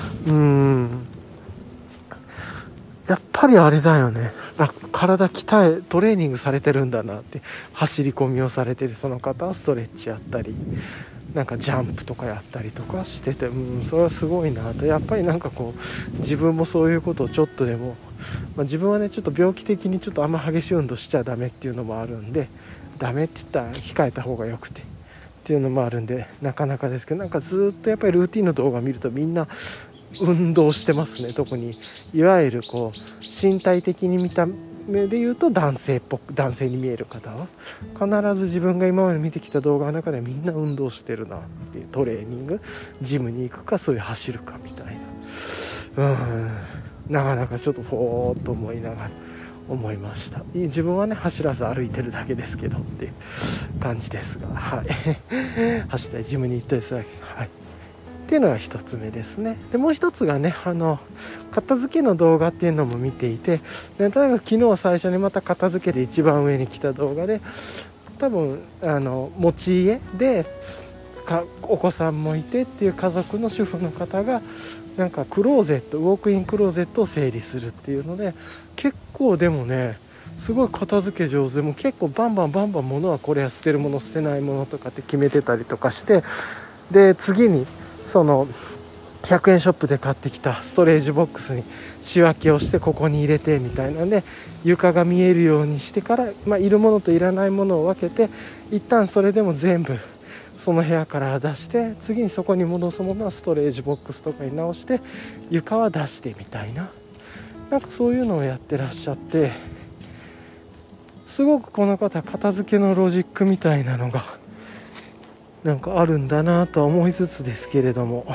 やっぱりあれだよね、体トレーニングされてるんだなって。走り込みをされてて、その方はストレッチやったりなんかジャンプとかやったりとかしてて、それはすごいなと。やっぱりなんかこう自分もそういうことをちょっとでも自分はねちょっと病気的にちょっとあんま激しい運動しちゃダメっていうのもあるんで、ダメって言ったら控えた方がよくてっていうのもあるんで、なかなかですけど、なんかずっとやっぱりルーティンの動画を見るとみんな運動してますね。特にいわゆるこう身体的に見た目で言うと男性に見える方は必ず自分が今まで見てきた動画の中でみんな運動してるなっていう、トレーニング、ジムに行くかそういう走るかみたいな、なかなかちょっとほーっと思いながら思いました。自分はね走らず歩いてるだけですけどっていう感じですが、走ったりジムに行ったりするだけ、っていうのが一つ目ですね。でもう一つがね片付けの動画っていうのも見ていて、なんとなく昨日最初にまた片付けで一番上に来た動画で、多分持ち家でお子さんもいてっていう家族の主婦の方がなんかウォークインクローゼットを整理するっていうので、結構でもねすごい片付け上手で、も結構バンバン物はこれは捨てるもの捨てないものとかって決めてたりとかして、で次にその100円ショップで買ってきたストレージボックスに仕分けをしてここに入れてみたいなんで、床が見えるようにしてから、いるものといらないものを分けて、一旦それでも全部その部屋から出して、次にそこに戻すものはストレージボックスとかに直して床は出してみたいな、なんかそういうのをやってらっしゃって、すごくこの方片付けのロジックみたいなのがなんかあるんだなとは思いつつですけれども、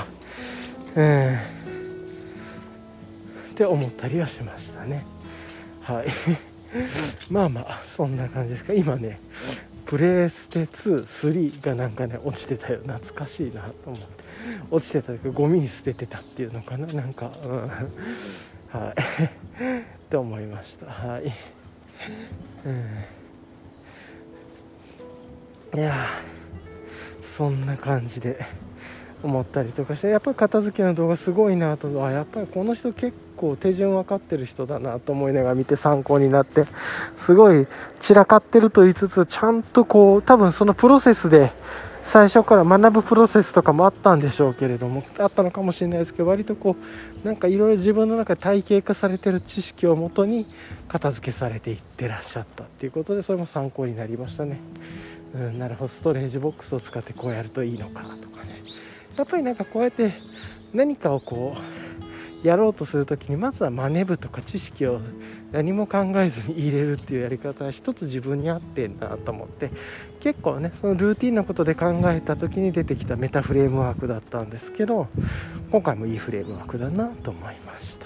って思ったりはしましたね。まあそんな感じですか。今ねプレステ2、3がなんかね落ちてたよ、懐かしいなと思って、落ちてたけどゴミに捨ててたっていうのかな、なんかって思いました。いやそんな感じで思ったりとかして、やっぱり片付けの動画すごいなと、やっぱりこの人結構手順分かってる人だなと思いながら見て参考になって、すごい散らかってると言いつつ、ちゃんとこう多分そのプロセスで最初から学ぶプロセスとかもあったんでしょうけれども、あったのかもしれないですけど、割とこうなんかいろいろ自分の中で体系化されてる知識をもとに片付けされていってらっしゃったっていうことで、それも参考になりましたね。なるほど、ストレージボックスを使ってこうやるといいのかとかね。やっぱりなんかこうやって何かをこうやろうとするときに、まずはマネ部とか知識を何も考えずに入れるっていうやり方は一つ自分に合ってんなと思って、結構ねそのルーティンのことで考えた時に出てきたメタフレームワークだったんですけど、今回もいいフレームワークだなと思いました。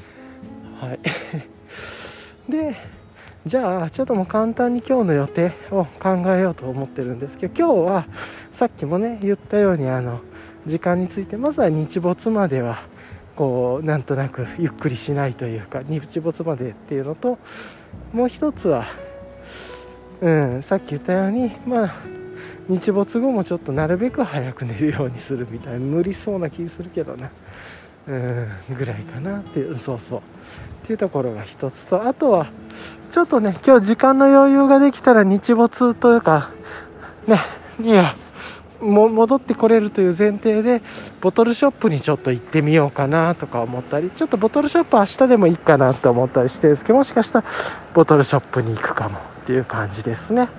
でじゃあちょっともう簡単に今日の予定を考えようと思ってるんですけど、今日はさっきもね言ったように時間について、まずは日没まではこうなんとなくゆっくりしないというか、日没までっていうのと、もう一つはさっき言ったように日没後もちょっとなるべく早く寝るようにするみたいな、無理そうな気するけどなぐらいかなっていう、っていうところが一つと、あとはちょっとね今日時間の余裕ができたら日没というかね戻ってこれるという前提でボトルショップにちょっと行ってみようかなとか思ったり、ちょっとボトルショップ明日でもいいかなと思ったりしてるんですけど、もしかしたらボトルショップに行くかもっていう感じですね。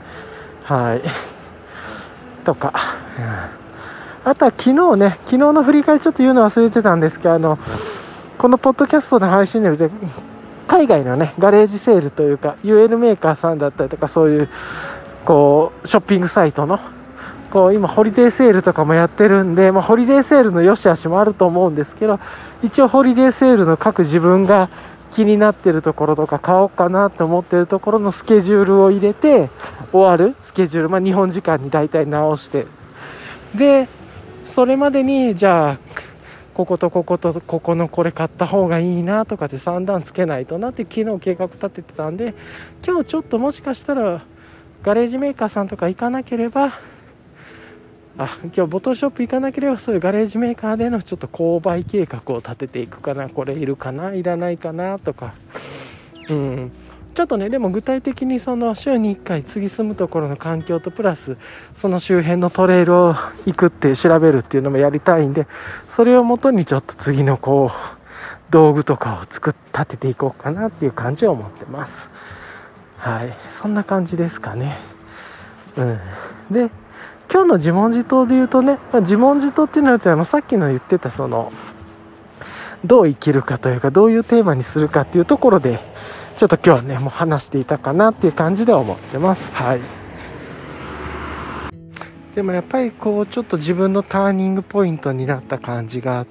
とか、あとは昨日の振り返りちょっと言うの忘れてたんですけど、このポッドキャストの配信で海外のねガレージセールというか UL メーカーさんだったりとか、そういうこうショッピングサイトのこう今ホリデーセールとかもやってるんで、ホリデーセールの良し悪しもあると思うんですけど、一応ホリデーセールの各自分が気になってるところとか買おうかなと思ってるところのスケジュールを入れて、終わるスケジュール、日本時間に大体直して、でそれまでにじゃあこことこことここのこれ買った方がいいなとかって3段つけないとなって昨日計画立ててたんで、今日ちょっともしかしたらガレージメーカーさんとか行かなければ、今日ボトルショップ行かなければ、そういうガレージメーカーでのちょっと購買計画を立てていくかな、これいるかないらないかなとか、ちょっとねでも具体的にその週に1回次住むところの環境とプラスその周辺のトレイルを行くって調べるっていうのもやりたいんで、それをもとにちょっと次のこう道具とかを立てていこうかなっていう感じを思ってます。はい、そんな感じですかね。で今日の自問自答で言うとね、自問自答っていうのはさっきの言ってたそのどう生きるかというかどういうテーマにするかっていうところでちょっと今日はねもう話していたかなっていう感じでは思ってます。はい。でもやっぱりこうちょっと自分のターニングポイントになった感じがあって、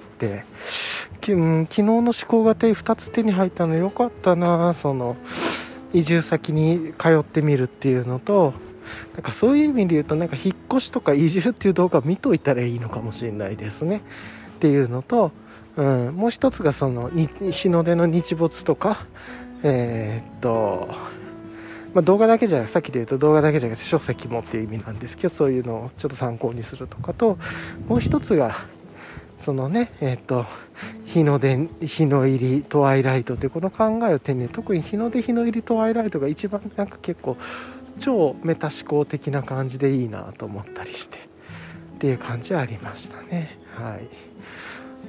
昨日の思考が2つ手に入ったのよかったな。その移住先に通ってみるっていうのと、なんかそういう意味で言うとなんか引っ越しとか移住っていう動画を見といたらいいのかもしれないですねっていうのと、もう一つがその日の出の日没とか動画だけじゃさっきで言うと動画だけじゃなくて書籍もっていう意味なんですけど、そういうのをちょっと参考にするとかと、もう一つがそのね日の出日の入りトワイライトというこの考えを手に、特に日の出日の入りトワイライトが一番なんか結構超メタ思考的な感じでいいなと思ったりしてっていう感じはありましたね。はい。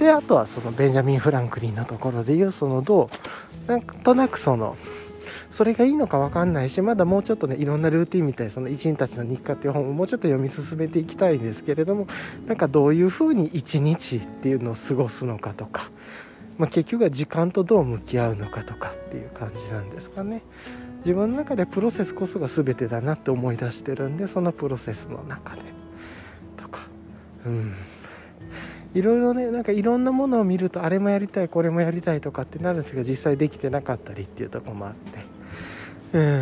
であとはそのベンジャミン・フランクリンのところでいうそのなんとなくそれがいいのか分かんないし、まだもうちょっとねいろんなルーティンみたいその一人たちの日課っていう本をもうちょっと読み進めていきたいんですけれども、なんかどういうふうに一日っていうのを過ごすのかとか、結局は時間とどう向き合うのかとかっていう感じなんですかね。自分の中でプロセスこそが全てだなって思い出してるんで、そのプロセスの中でとかいろいろね、なんかいろんなものを見るとあれもやりたいこれもやりたいとかってなるんですけど、実際できてなかったりっていうところもあって、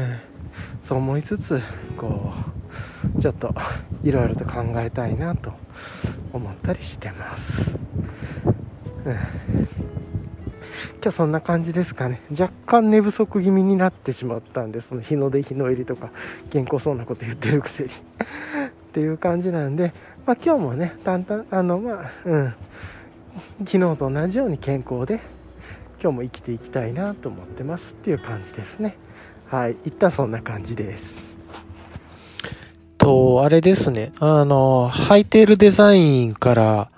そう思いつつこうちょっといろいろと考えたいなと思ったりしてます。今日そんな感じですかね。若干寝不足気味になってしまったんで、その日の出日の入りとか健康そうなこと言ってるくせにっていう感じなんで、今日もね昨日と同じように健康で今日も生きていきたいなと思ってますっていう感じですね。はい、一旦そんな感じです。あれですね、ハイテールデザインから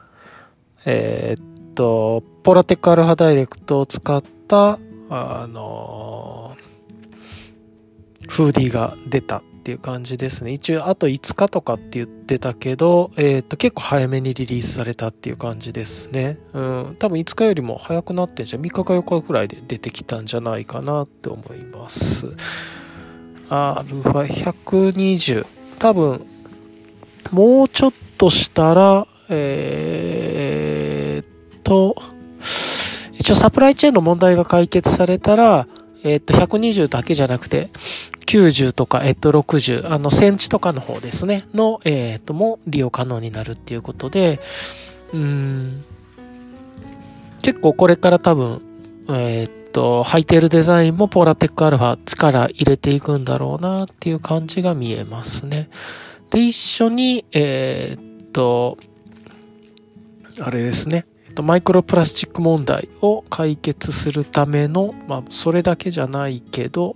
ポラテックアルファダイレクトを使ったフーディーが出たっていう感じですね。一応あと5日とかって言ってたけど、結構早めにリリースされたっていう感じですね。多分5日よりも早くなってんじゃん。3日か4日くらいで出てきたんじゃないかなって思います。アルファ120、多分もうちょっとしたら一応サプライチェーンの問題が解決されたら、120だけじゃなくて90とか60センチとかの方ですねのも利用可能になるっていうことで、結構これから多分ハイテールデザインもポーラテックアルファ力入れていくんだろうなっていう感じが見えますね。で一緒にあれですね、マイクロプラスチック問題を解決するための、それだけじゃないけど、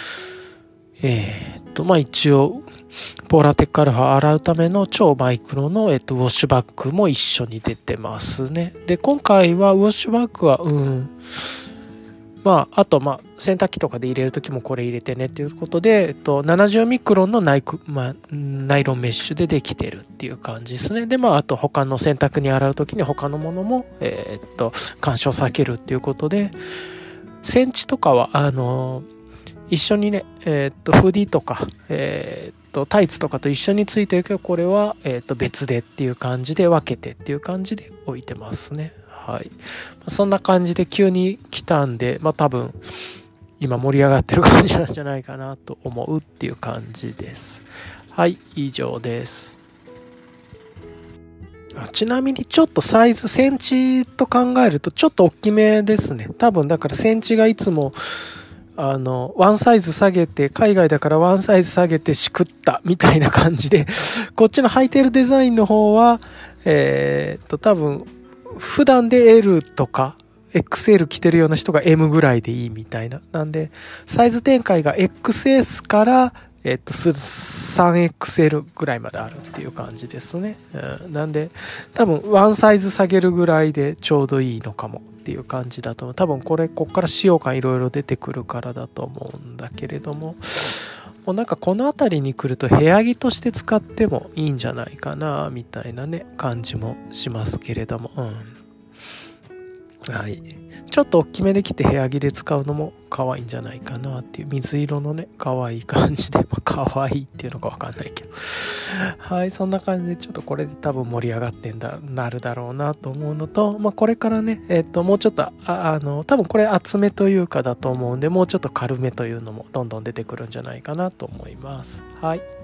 一応、ポーラテックアルファ洗うための超マイクロの、ウォッシュバッグも一緒に出てますね。で、今回はウォッシュバッグは、あと洗濯機とかで入れるときもこれ入れてねっていうことで、70ミクロンのナイロンメッシュでできてるっていう感じですね。であと他の洗濯に洗うときに他のものも干渉避けるっていうことで、センチとかは一緒にねフーディーとかタイツとかと一緒についてるけど、これは別でっていう感じで分けてっていう感じで置いてますね。はい、そんな感じで急に来たんで、多分今盛り上がってる感じなんじゃないかなと思うっていう感じです。はい、以上です。ちなみにちょっとサイズセンチと考えるとちょっと大きめですね。多分だからセンチがいつもワンサイズ下げて、海外だからワンサイズ下げてしくったみたいな感じで、こっちのハイテールデザインの方は多分普段で L とか XL 着てるような人が M ぐらいでいいみたいな。なんでサイズ展開が XS から 3XL ぐらいまであるっていう感じですね。なんで多分ワンサイズ下げるぐらいでちょうどいいのかもっていう感じだと思う。多分こっから使用感いろいろ出てくるからだと思うんだけれども、もうなんかこの辺りに来ると部屋着として使ってもいいんじゃないかなみたいなね感じもしますけれども、はい、ちょっと大きめで着て部屋着で使うのも可愛いんじゃないかなっていう、水色のね可愛い感じで、可愛いっていうのかわかんないけど、はい、そんな感じでちょっとこれで多分盛り上がってなるだろうなと思うのと、これからねもうちょっと多分これ厚めというかだと思うんで、もうちょっと軽めというのもどんどん出てくるんじゃないかなと思います。はい。